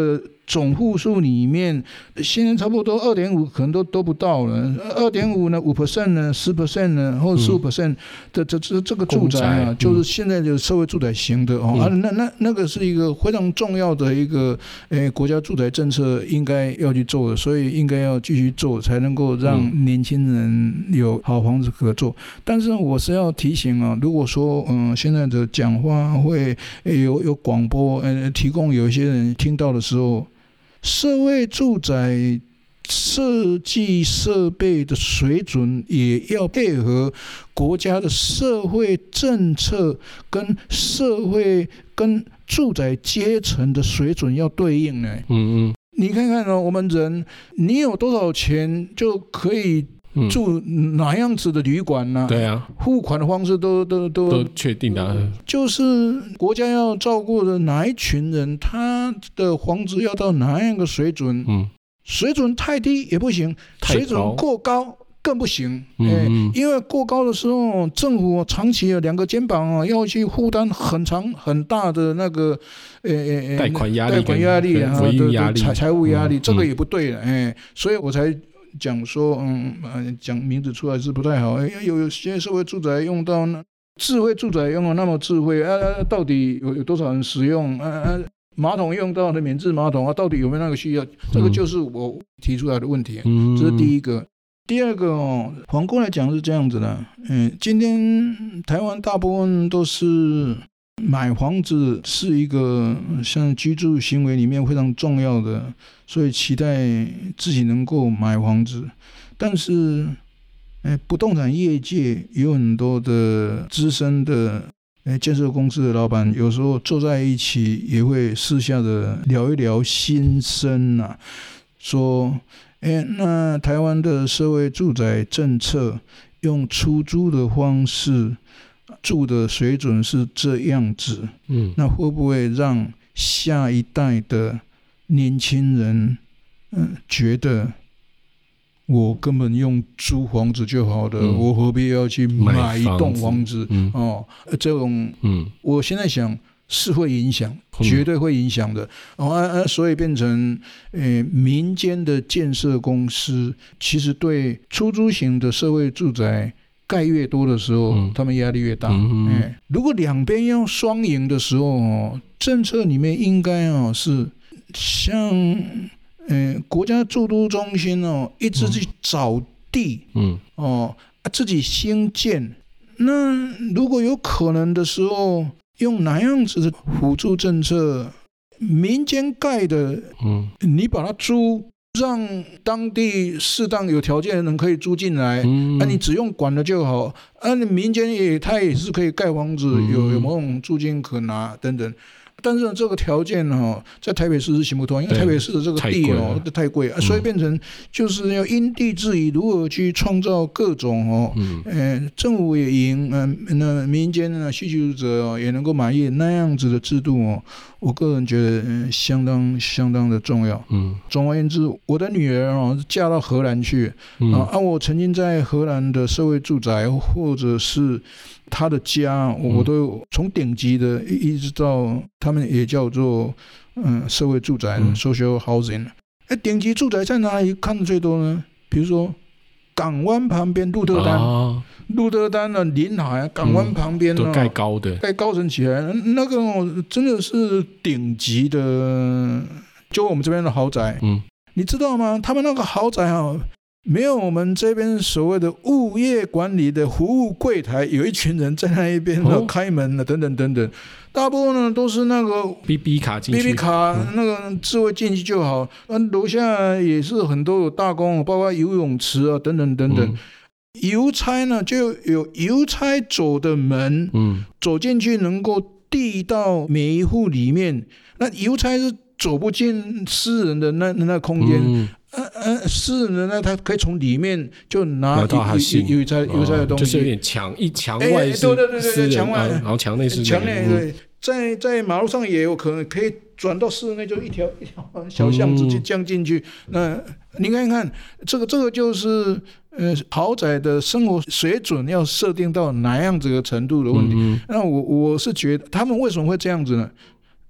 总户数里面，现在差不多 二点五 可能都都不到了。二点五 呢 百分之五 呢 百分之十 呢或者 百分之十五 的这这这个住宅啊，嗯、就是现在的社会住宅型的哦、嗯、啊，那那那个是一个非常重要的一个呃国家住宅政策应该要去做的，所以应该要继续做，才能够让年轻人有好房子可做。但是我是要提醒啊，如果说嗯、呃、现在的讲话会有有广播呃提供有一些人听到的时候，社会住宅设计设备的水准也要配合国家的社会政策跟社会跟住宅阶层的水准要对应呢。嗯嗯，你看看哦，我们人你有多少钱就可以住哪样子的旅馆呢、啊？对啊，付款的方式都都都都确定的、啊， 就是国家要照顾的哪一群人，他的房子要到哪样的水准？嗯，水准太低也不行，水准过高更不行。嗯嗯、因为过高的时候，政府长期有两个肩膀啊，要去负担很长很大的那个呃呃贷款压力、 贷款压力啊， 回应压力、 财财务压力，嗯、这个也不对了。哎，所以我才。讲说，嗯，讲名字出来是不太好。有有些社会住宅用到那智慧住宅用到那么智慧啊，到底有有多少人使用啊？啊马桶用到的免治马桶啊，到底有没有那个需要？这个就是我提出来的问题。嗯，这是第一个。第二个哦，反过来讲是这样子的。嗯，今天台湾大部分都是买房子是一个像居住行为里面非常重要的。所以期待自己能够买房子，但是，欸、不动产业界有很多的资深的、欸、建设公司的老板，有时候坐在一起也会私下的聊一聊心声啊，说，欸、那台湾的社会住宅政策用出租的方式住的水准是这样子，嗯，那会不会让下一代的年轻人，嗯，觉得我根本用租房子就好了，嗯、我何必要去买一栋房子？嗯、哦，这种，嗯，我现在想是会影响，绝对会影响的。哦啊啊、所以变成，呃，民间的建设公司其实对出租型的社会住宅盖越多的时候，嗯、他们压力越大。嗯哎、如果两边要双赢的时候，哦，政策里面应该哦是。像呃国家住都中心哦，一直去找地，嗯，哦，自己兴建。那如果有可能的时候，用哪样子的辅助政策？民间盖的，嗯，你把它租，让当地适当有条件的人可以租进来，嗯，啊，你只用管了就好。啊，民间也他也是可以盖房子，嗯、有有某种租金可拿等等。但是这个条件哦，在台北市是行不通，因为台北市的这个地哦太贵啊，所以变成就是要因地制宜，如何去创造各种哦，嗯，呃，政府也赢，嗯、呃，那民间的需求者哦也能够滿意那样子的制度哦，我个人觉得、呃、相当相当的重要。嗯，总而言之，我的女儿哦嫁到荷兰去，嗯、啊，我曾经在荷兰的社会住宅或者是。他的家，我都从顶级的一直到他们也叫做嗯社会住宅、嗯、social housing。哎，顶级住宅在哪里看的最多呢？比如说港湾旁边鹿特丹，啊、鹿特丹的临海，港湾旁边、嗯、 都盖高的， 盖高层起来，那个、哦、真的是顶级的，就我们这边的豪宅。嗯，你知道吗？他们那个豪宅啊。没有我们这边所谓的物业管理的服务柜台，有一群人在那一边开门了，等等等等。大部分呢都是那个 B B 卡进去 ，B B 卡那个智慧进去就好。那楼下也是很多有大公，包括游泳池啊，等等等等。嗯、邮差呢就有邮差走的门，嗯，走进去能够递到每一户里面。那邮差是走不进私人的那那空间。嗯呃呃，私人的呢，他可以从里面就拿邮邮差邮差的东西， 就是有点墙一墙外是私人，墙外，然后墙内是墙内对，在在马路上也有可能可以转到室内，就一条一条小巷子就这样进去。那你看看这个这个就是呃豪宅的生活水准要设定到哪样子的程度的问题。那我我是觉得他们为什么会这样子呢？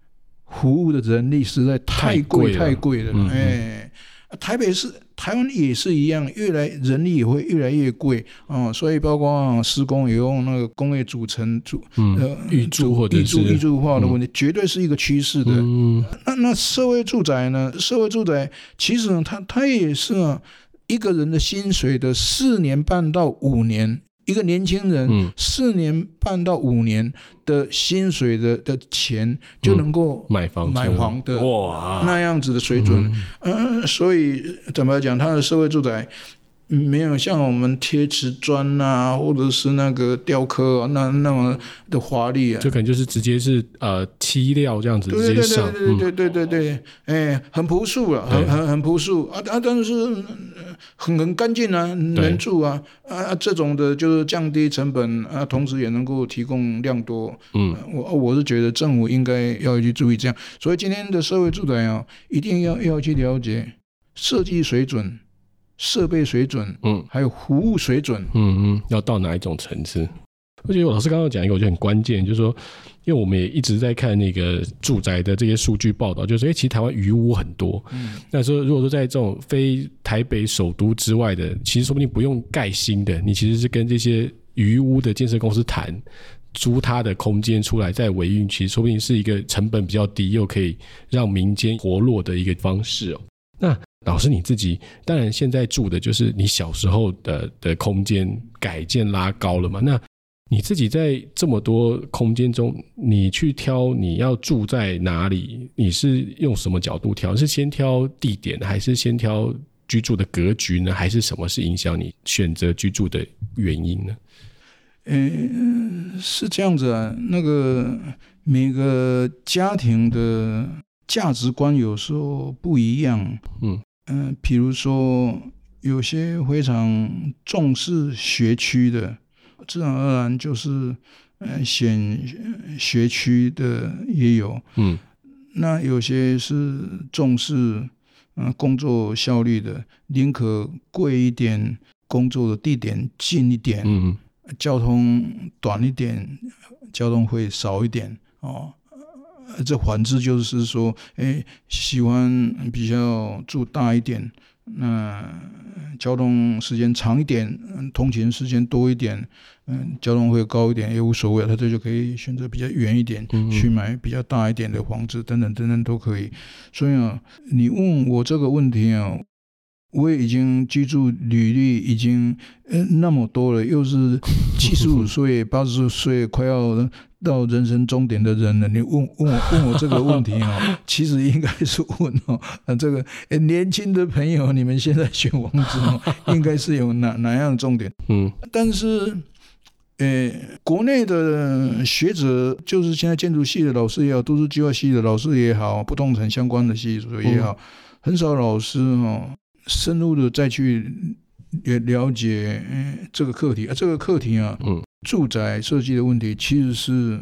服务的人力实在太贵太贵了， 嗯嗯哎，台北市、台湾也是一样，越来人力也会越来越贵啊、哦，所以包括施工也用那个工业组成组， 嗯， 呃， 预铸或者是预铸预铸化的问题、嗯，绝对是一个趋势的。 嗯， 那那社会住宅呢？社会住宅其实呢，它它也是、啊、一个人的薪水的四年半到五年。一个年轻人四年半到五年的薪水 的, 的钱就能够买房买房的哇那样子的水准，嗯、呃，所以怎么讲，他的社会住宅没有像我们贴瓷砖啊，或者是那个雕刻、啊、那那么的华丽啊， 就可能就是直接是呃漆料这样子直接上， 对对对对对对对，哎、嗯，很朴素了，很很很朴素啊啊，但是很很干净啊，能住啊啊，这种的就是降低成本啊，同时也能够提供量多。嗯，我我是觉得政府应该要去注意这样，所以今天的社会住宅啊，一定要要去了解设计水准。设备水准，嗯，还有服务水准， 嗯嗯，要到哪一种层次？我觉得我老师刚刚讲一个，我觉得很关键，就是说，因为我们也一直在看那个住宅的这些数据报道，就是说，哎，其实台湾余屋很多。嗯，那说如果说在这种非台北首都之外的，其实说不定不用盖新的，你其实是跟这些余屋的建设公司谈，租它的空间出来再维运，其实说不定是一个成本比较低，又可以让民间活络的一个方式哦。那老师你自己当然现在住的就是你小时候 的, 的空间改建拉高了嘛，那你自己在这么多空间中，你去挑你要住在哪里，你是用什么角度挑？是先挑地点，还是先挑居住的格局呢？还是什么是影响你选择居住的原因呢？ 嗯，是这样子啊，那个每个家庭的价值观有时候不一样，嗯嗯，比如说有些非常重视学区的，自然而然就是呃选学区的也有，嗯，那有些是重视呃工作效率的，宁可贵一点，工作的地点近一点，嗯，交通短一点，交通会少一点哦。这反之就是说，哎，喜欢比较住大一点，那交通时间长一点，通勤时间多一点，嗯，交通费高一点也无所谓，他这就可以选择比较远一点，嗯嗯，去买比较大一点的房子，等等等等都可以。所以啊，你问我这个问题啊，我也已经居住履历已经呃那么多了，又是七十五岁、八十岁，快要到人生终点的人了。你问问我问我这个问题哦，其实应该是问哦，呃、这个年轻的朋友，你们现在选房子哦，应该是有哪哪样重点？嗯，但是。呃，国内的学者，就是现在建筑系的老师也好，都市计划系的老师也好，不动产相关的系也好，嗯，很少老师哦深入的再去了解这个课题啊，这个课题啊，嗯，住宅设计的问题其实是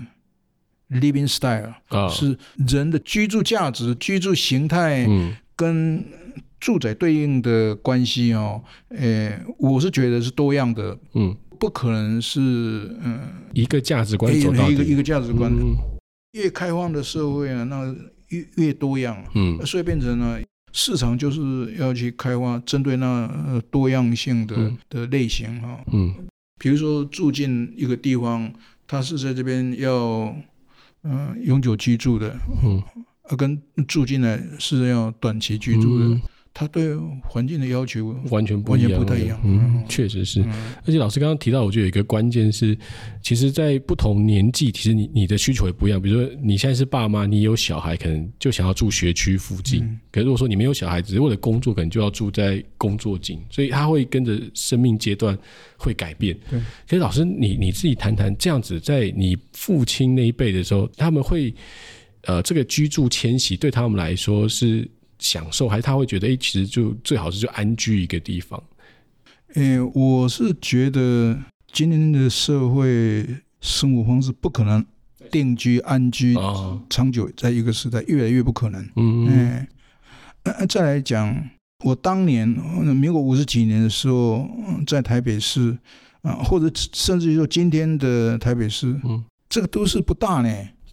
living style，哦，是人的居住价值、居住形态跟住宅对应的关系哦，呃，我是觉得是多样的，嗯。不可能是嗯一个价值观走到底， 一个一个价值观，嗯，越开放的社会啊，那越越多样，嗯，所以变成了市场就是要去开发针对那多样性的，嗯，的类型哈，嗯，比如说住进一个地方，它是在这边要嗯、呃、永久居住的，嗯，啊，跟住进来是要短期居住的。嗯，他对环境的要求完全不一样， 完全不太一样。 嗯，确实是。嗯，而且老师刚刚提到，我觉得有一个关键是，其实，在不同年纪，其实你你的需求也不一样。比如说，你现在是爸妈，你有小孩，可能就想要住学区附近。嗯，可是如果说你没有小孩，只是为了工作，可能就要住在工作近，所以他会跟着生命阶段会改变。对。可是老师，你你自己谈谈，这样子，在你父亲那一辈的时候，他们会呃，这个居住迁徙对他们来说是享受，还是他会觉得哎，其实就最好是就安居一个地方？ 欸，我是觉得今天的社会生活方式不可能定居安居，哦，长久在一个时代越来越不可能。嗯嗯。欸，再来讲，我当年民国五十几年的时候，在台北市啊，或者甚至于说今天的台北市，嗯，这个都市不大呢。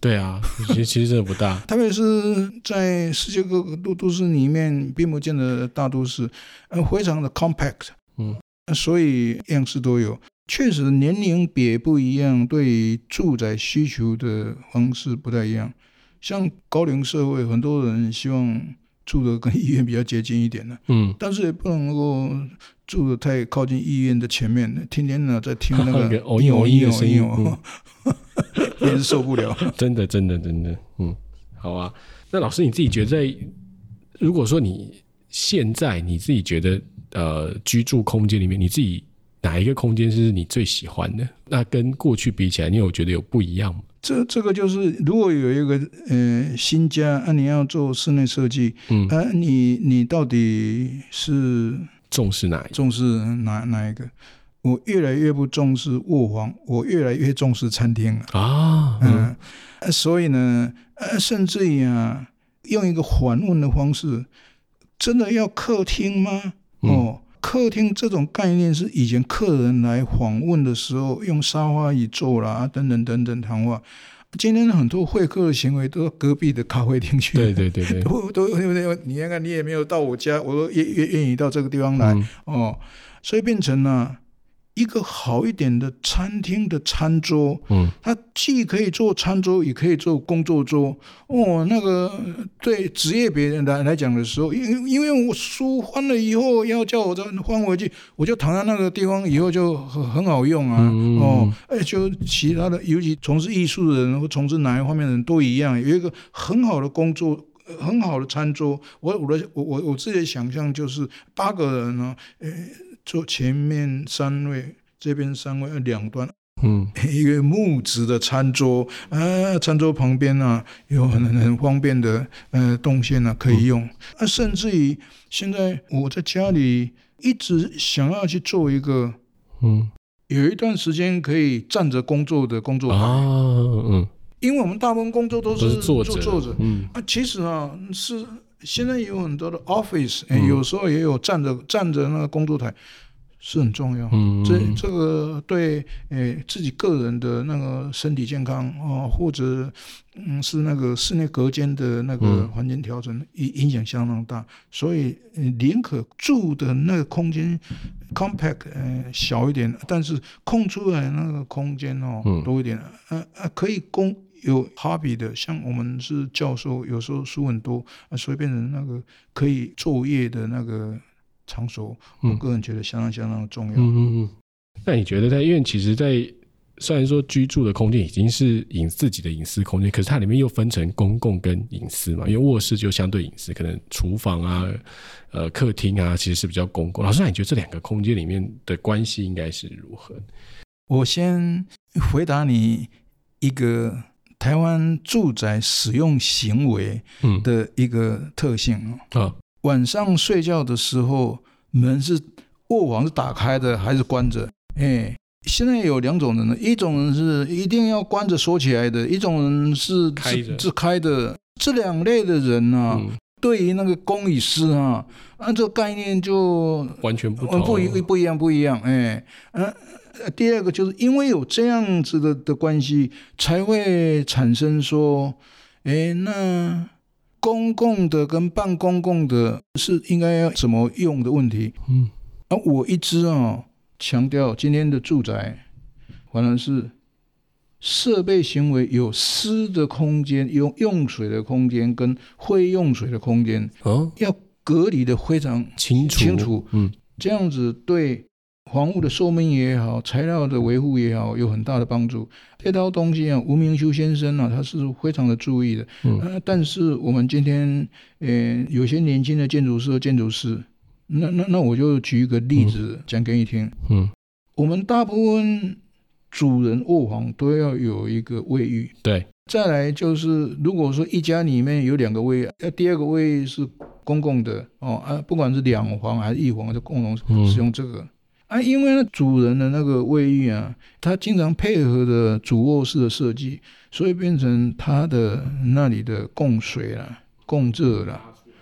对啊，其实其实真的不大。 特别是在世界各个都都市里面，并不见得大都市，呃，非常的 compact， 嗯， 所以样式都有。确实年龄别不一样，对住宅需求的方式不太一样。像高龄社会，很多人希望住的跟医院比较接近一点的， 嗯， 但是也不能够住的太靠近医院的前面，天天呢在听那个哦音哦音的声音， 也是受不了。 真的，真的，真的，嗯，好啊。那老师你自己觉得在，如果说你现在你自己觉得呃居住空间里面，你自己哪一个空间是你最喜欢的？那跟过去比起来，你有觉得有不一样吗？ 这这个就是，如果有一个呃新家，啊，你要做室内设计，嗯，啊，你你到底是重视哪一个？ 重视哪哪一个？我越来越不重视卧房，我越来越重视餐厅了啊，嗯，嗯所以呢，呃，甚至于啊，用一个反问的方式，真的要客厅吗？嗯、哦。客厅这种概念是以前客人来访问的时候用沙发椅坐啦，等等等等谈话。今天很多会客的行为都到隔壁的咖啡厅去了， 对对对对， 都都你看看你也没有到我家，我都愿愿愿意到这个地方来、嗯、哦，所以变成了一个好一点的餐厅的餐桌，嗯，它既可以做餐桌，也可以做工作桌。哦，那个对职业别人来来讲的时候，因因为我书翻了以后，要叫我再翻回去，我就躺在那个地方，以后就很很好用啊。嗯、哦，哎，就其他的，尤其从事艺术的人或从事哪一方面的人都一样，有一个很好的工作。很好的餐桌，我我的我我我自己的想象就是八个人呢、哦，坐前面三位，这边三位，两端，嗯，一个木质的餐桌，啊，餐桌旁边啊有很很方便的呃动线啊可以用，啊，甚至于现在我在家里一直想要去做一个，嗯，有一段时间可以站着工作的工作台，啊，嗯。因为我们大部分工作都是坐着，坐着，嗯，啊，其实啊是现在有很多的 office，、嗯、有时候也有站着站着那个工作台，是很重要。嗯，这这个对诶自己个人的那个身体健康哦，或者嗯是那个室内隔间的那个环境调整影影响相当大，所以宁可住的那个空间 compact 呃小一点，但是空出来那个空间哦、嗯、多一点，呃呃可以供。有 hobby 的，像我们是教授，有时候书很多，啊、所以变成那个可以作业的那个场所，嗯、我个人觉得相当相当重要。嗯嗯嗯。 那你觉得在，因为其实在虽然说居住的空间已经是隐自己的隐私空间，可是它里面又分成公共跟隐私嘛，因为卧室就相对隐私，可能厨房啊、呃客厅啊，其实是比较公共。老师，那你觉得这两个空间里面的关系应该是如何？ 我先回答你一个。台湾住宅使用行为的一个特性、哦嗯啊、晚上睡觉的时候门是卧房是打开的还是关着？哎，现在有两种人，一种人是一定要关着锁起来的，一种人是开着是开的。这两类的人啊，嗯、对于那个公与私啊，啊这个概念就完全不同， 不一不一样不一样。哎，嗯。第二个就是因为有这样子 的, 的关系，才会产生说，哎，那公共的跟半公共的是应该要怎么用的问题。嗯，啊，我一直啊强调，今天的住宅反而是设备行为有私的空间、用用水的空间跟会用水的空间，哦，要隔离的非常清楚。 清楚，嗯，这样子对。房屋的寿命也好，材料的维护也好，有很大的帮助。这套东西啊，吴明修先生啊，他是非常的注意的。嗯，呃、但是我们今天，呃，有些年轻的建筑师和建筑师，那那那我就举一个例子讲给你听。嗯，我们大部分主人卧房都要有一个卫浴。 对。 再来就是，如果说一家里面有两个卫浴，第二个卫浴是公共的哦，啊，不管是两房还是一房，就共同使用这个。嗯啊，因为主人的那个卫浴啊，他经常配合的主卧室的设计，所以变成他的那里的供水啦、供热啦，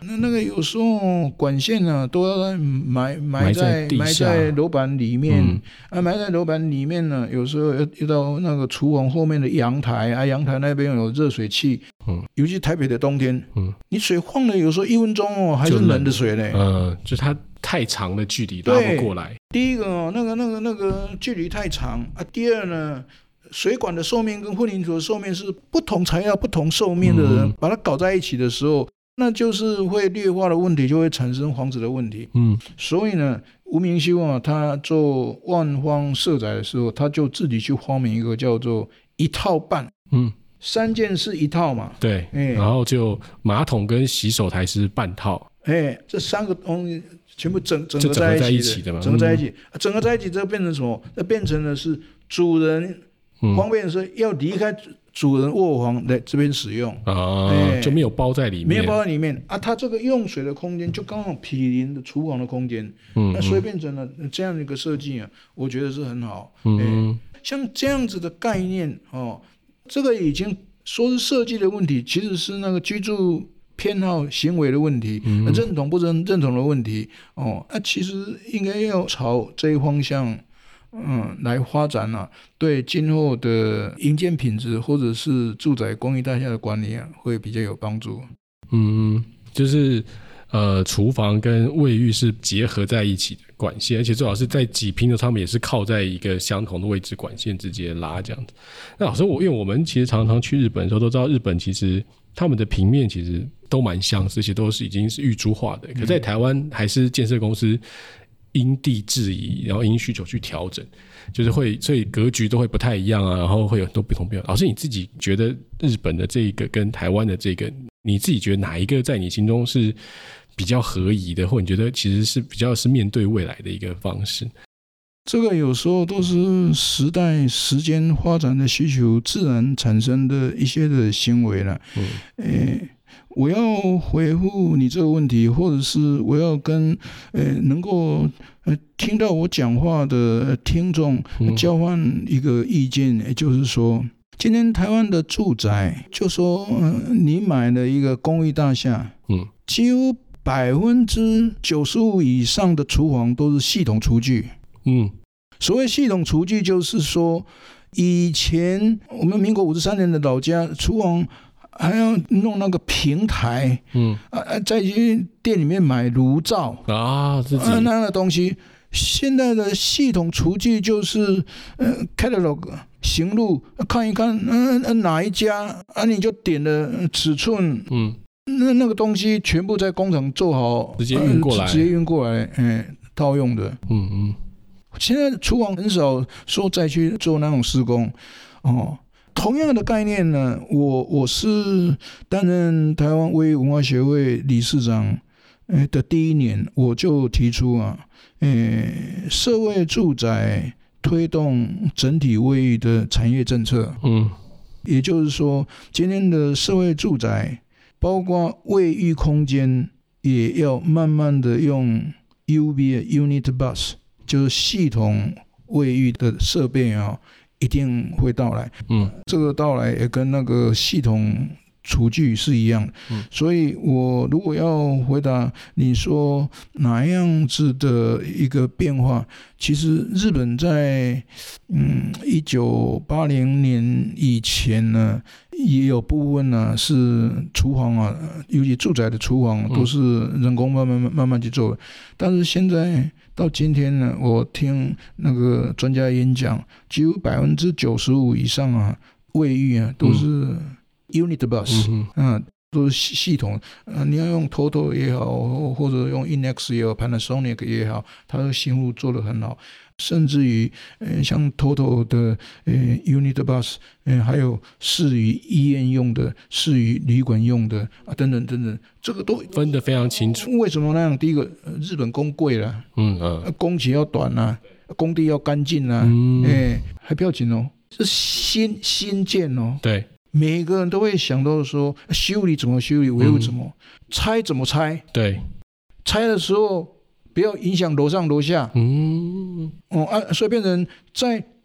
那那个有时候管线呢、啊、都要埋埋在埋在楼板里面、嗯、啊，埋在楼板里面呢，有时候要要到那个厨房后面的阳台啊，阳台那边有热水器，嗯，尤其台北的冬天，嗯，你水放了有时候一分钟哦，还是冷的水嘞， 嗯，就它太长的距离拉不过来。 第一个哦，那个那个那个距离太长啊，第二呢。水管的寿命跟混凝土的寿命是不同材料、不同寿命的人、嗯、把它搞在一起的时候，那就是会劣化的问题，就会产生房子的问题。嗯，所以呢，吴明修啊，他做万方社宅的时候，他就自己去发明一个叫做一套半。嗯，三件是一套嘛？ 对，欸、然后就马桶跟洗手台是半套。 哎、欸，这三个东西全部整整合在一起的，整合在一起的嘛？整合在一起，嗯、整合在一起，这变成什么？这变成的是主人。方便是要离开主人卧房来这边使用啊、欸，就没有包在里面， 没有包在里面啊。它这个用水的空间就刚好毗邻的厨房的空间，嗯，那所以变成了这样的一个设计啊，我觉得是很好。嗯、欸，像这样子的概念哦，这个已经说是设计的问题，其实是那个居住偏好行为的问题，嗯、认同不认认同的问题哦。那、啊、其实应该要朝这一方向。嗯，来发展啊，对今后的营建品质或者是住宅公寓大厦的管理啊，会比较有帮助。 嗯，就是呃，厨房跟卫浴是结合在一起的管线，而且最好是在几坪的，他们也是靠在一个相同的位置，管线直接拉这样子。那老师，我因为我们其实常常去日本的时候都知道，日本其实他们的平面其实都蛮相似，而且都是已经是预租化的。可在台湾还是建设公司。因地制宜，然后因需求去调整，就是会，所以格局都会不太一样啊，然后会有很多不同变化。老师，你自己觉得日本的这个跟台湾的这个，你自己觉得哪一个在你心中是比较合宜的，或你觉得其实是比较是面对未来的一个方式？ 这个有时候都是时代、时间发展的需求，自然产生的一些的行为了。嗯，欸我要回复你这个问题，或者是我要跟呃能够呃听到我讲话的听众交换一个意见，也就是说，今天台湾的住宅，就说、呃、你买了一个公寓大厦，嗯，几乎百分之九十五以上的厨房都是系统厨具，嗯，所谓系统厨具，就是说以前我们民国五十三年的老家厨房。还要弄那个平台，嗯啊，再去店里面买炉灶啊，自己啊那样的东西。现在的系统厨具就是呃 catalog 行路看一看，嗯、呃、哪一家啊，你就点了尺寸，嗯，那那个东西全部在工厂做好， 直接运过来， 呃、直接运过来，哎、欸，套用的，嗯嗯。现在厨房很少说再去做那种施工，哦。同样的概念呢，我我是担任台湾卫浴文化协会理事长的第一年，我就提出啊，诶，社会住宅推动整体卫浴的产业政策。嗯，也就是说，今天的社会住宅，包括卫浴空间，也要慢慢的用 U B Unit Bus， 就是系统卫浴的设备啊。一定会到来，嗯，这个到来也跟那个系统厨具是一样的，嗯，所以我如果要回答你说哪样子的一个变化，其实日本在嗯一九八零年以前呢，也有部分呢是厨房啊，尤其住宅的厨房都是人工慢慢慢慢去做的，但是现在。到今天呢，我听那个专家演讲，几乎百分之九十五以上啊，卫浴啊都是 unit bus， 嗯, 嗯，都是系统。呃，你要用 Toto 也好，或者用 Inex 也好 ，Panasonic 也好，它的型号做得很好。甚至于，呃，像 Toto 的呃 Unit Bus， 呃，还有适于医院用的、适于旅馆用的啊，等等等等，这个都分得非常清楚。 为什么那样？第一个，日本工贵了，嗯嗯，工期要短啊，工地要干净啊，嗯，哎，还不要紧哦，是新新建哦， 对， 每个人都会想到说，修理怎么修理，维护怎么，嗯、拆怎么拆， 对， 拆的时候。不要影响楼上楼下，嗯，哦啊，所以变成在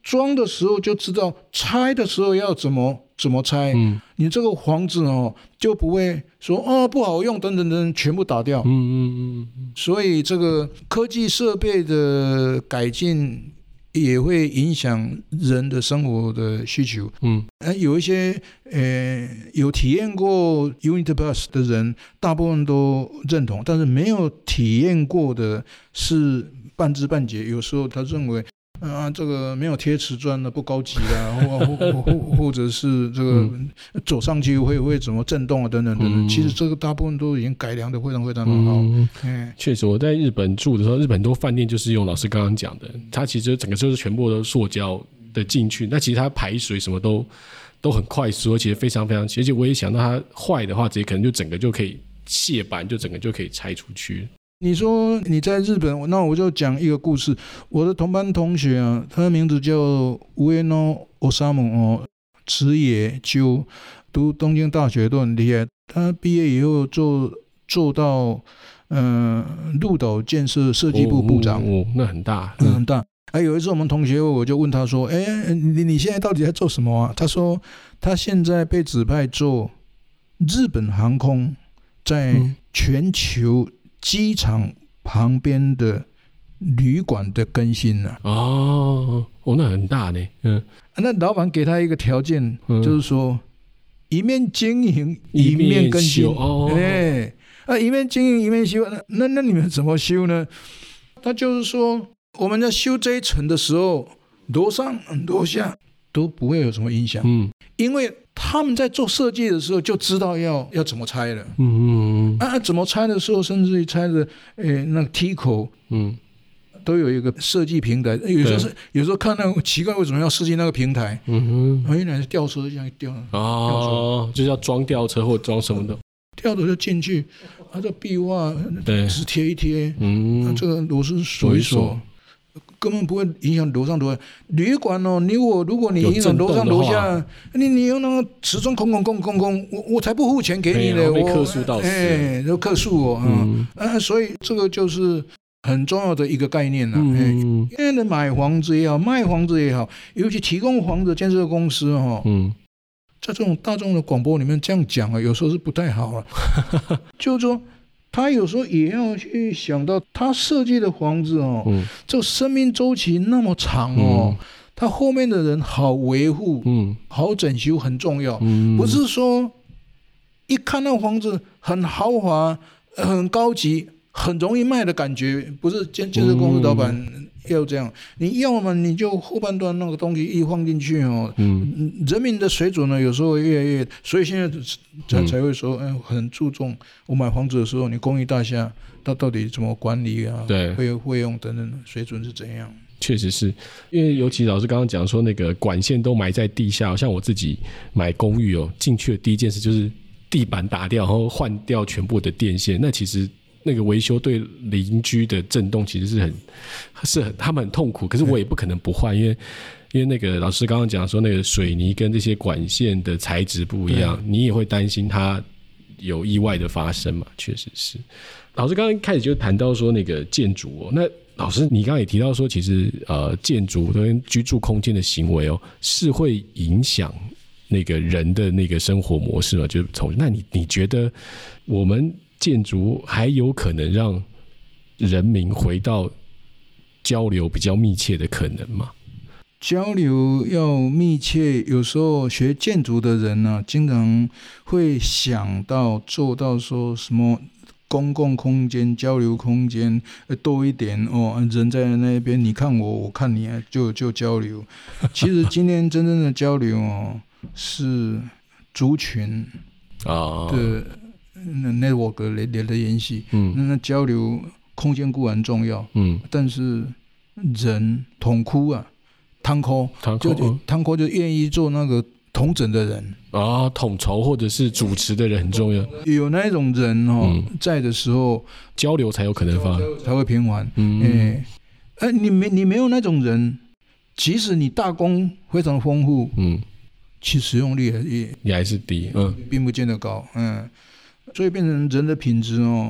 装的时候就知道拆的时候要怎么怎么拆，嗯，你这个房子哦就不会说哦不好用等等等全部打掉，嗯嗯嗯。所以这个科技设备的改进也会影响人的生活的需求，嗯，有一些呃有体验过 Unity Bus 的人，大部分都认同，但是没有体验过的是半知半解，有时候他认为。啊，这个没有贴瓷砖的不高级啦，或或或或者是这个走上去会会怎么震动啊，等等等等。嗯、其实这个大部分都已经改良的非常非常的好。嗯， 嗯确实，我在日本住的时候，日本很多饭店就是用老师刚刚讲的，它其实整个就是全部都是塑胶的进去，那其实它排水什么都都很快速，而且非常非常，而且我也想到它坏的话，直接可能就整个就可以卸板，就整个就可以拆出去。 你说你在日本，那我就讲一个故事。我的同班同学啊，他的名字叫Ueno Osamu哦，池野鸠，读东京大学都很厉害。他毕业以后做做到呃鹿岛建设设计部部长， 哦，哦那很大， 嗯、很大。还、啊、有一次我们同学，我就问他说：“哎，你你现在到底在做什么啊？”他说他现在被指派做日本航空在全球。机场旁边的旅馆的更新呢、 啊？哦，哦，那很大呢。嗯， 那老板给他一个条件，嗯、就是说一面经营一面更新。哦，哎，啊，一面经营一面修，那那你们怎么修呢？他就是说，我们在修这一层的时候，楼上楼下都不会有什么影响。嗯，因为。他们在做设计的时候就知道要要怎么拆了，嗯嗯嗯，啊，怎么拆的时候，甚至于拆的，诶，那个梯口，嗯，都有一个设计平台。有时候是有时候看到奇怪，为什么要设计那个平台？嗯哼，原来是吊车这样吊。 哦，就是要装吊车或装什么的， 吊着就进去，啊，这壁画纸贴一贴，嗯，啊，这个螺丝锁一锁。根本不会影响楼上楼下旅馆哦。你我如果你影响楼上楼下，你你用那个瓷砖空空空空空，我我才不付钱给你呢。 被客诉到死， 哎，都客诉我啊、嗯呃！所以这个就是很重要的一个概念了、啊。嗯，现在的买房子也好，卖房子也好，尤其提供房子建设公司哈、哦，嗯，在这种大众的广播里面这样讲啊，有时候是不太好啊。就是说。他有时候也要去想到，他设计的房子哦，嗯、这个生命周期那么长哦，嗯、他后面的人好维护，嗯，好整修很重要，嗯、不是说一看到房子很豪华、很高级、很容易卖的感觉，不是建建设公司老板要这样，你要么你就后半段那个东西一放进去哦，嗯，人民的水准呢有时候越来越，所以现在才才会说，嗯、很注重我买房子的时候，你公寓大厦它到底怎么管理啊，对，费费用等等水准是怎样？ 确实是因为尤其老师刚刚讲说那个管线都埋在地下，像我自己买公寓哦，进去的第一件事就是地板打掉，然后换掉全部的电线，那其实。那个维修对邻居的震动其实是很是很他们很痛苦，可是我也不可能不换，因为因为那个老师刚刚讲说那个水泥跟这些管线的材质不一样，你也会担心它有意外的发生嘛，确实是。老师刚刚开始就谈到说那个建筑哦，那老师你刚刚也提到说，其实呃建筑跟居住空间的行为哦是会影响那个人的那个生活模式嘛，就是从那你你觉得我们建筑还有可能让人民回到交流比较密切的可能吗？ 交流要密切，有时候学建筑的人呢、啊，经常会想到做到说什么公共空间、交流空间多一点哦，人在那边，你看我，我看你，就就交流。其实今天真正的交流哦，是族群的。network 的的联系，嗯，那交流空间固然重要，嗯，但是人统哭啊，汤哭，就汤哭就愿意做那个统整的人啊，统筹或者是主持的人很重要。 有那种人哦，嗯、在的时候， 交流才有可能发， 才会平缓。嗯，哎、欸欸，你没你没有那种人，即使你大功非常丰富，嗯，其使用率也也还是低，嗯， 并不见得高，嗯。所以变成人的品质哦，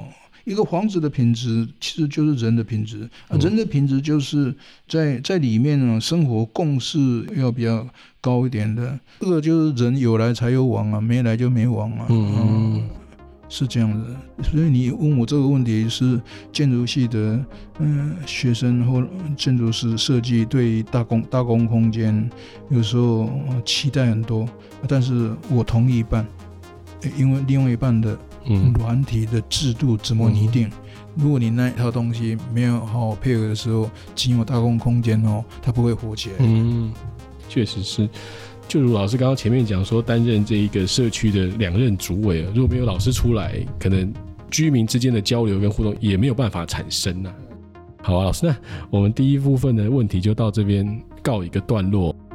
一个房子的品质其实就是人的品质啊，人的品质就是在在里面呢，生活共识要比较高一点的。这个就是人有来才有往啊，没来就没往啊。嗯。嗯是这样的，所以你问我这个问题是建筑系的嗯、呃、学生或建筑师设计对大公大公空间有时候期待很多，但是我同意一半，因为另外一半的软体的制度怎么拟定、嗯、如果你那一套东西没有好好配合的时候，进入大公空间哦，它不会活起来。 嗯，确实是。就如老师刚刚前面讲说，担任这一个社区的两任主委，如果没有老师出来，可能居民之间的交流跟互动也没有办法产生啊。好啊，老师，那我们第一部分的问题就到这边告一个段落。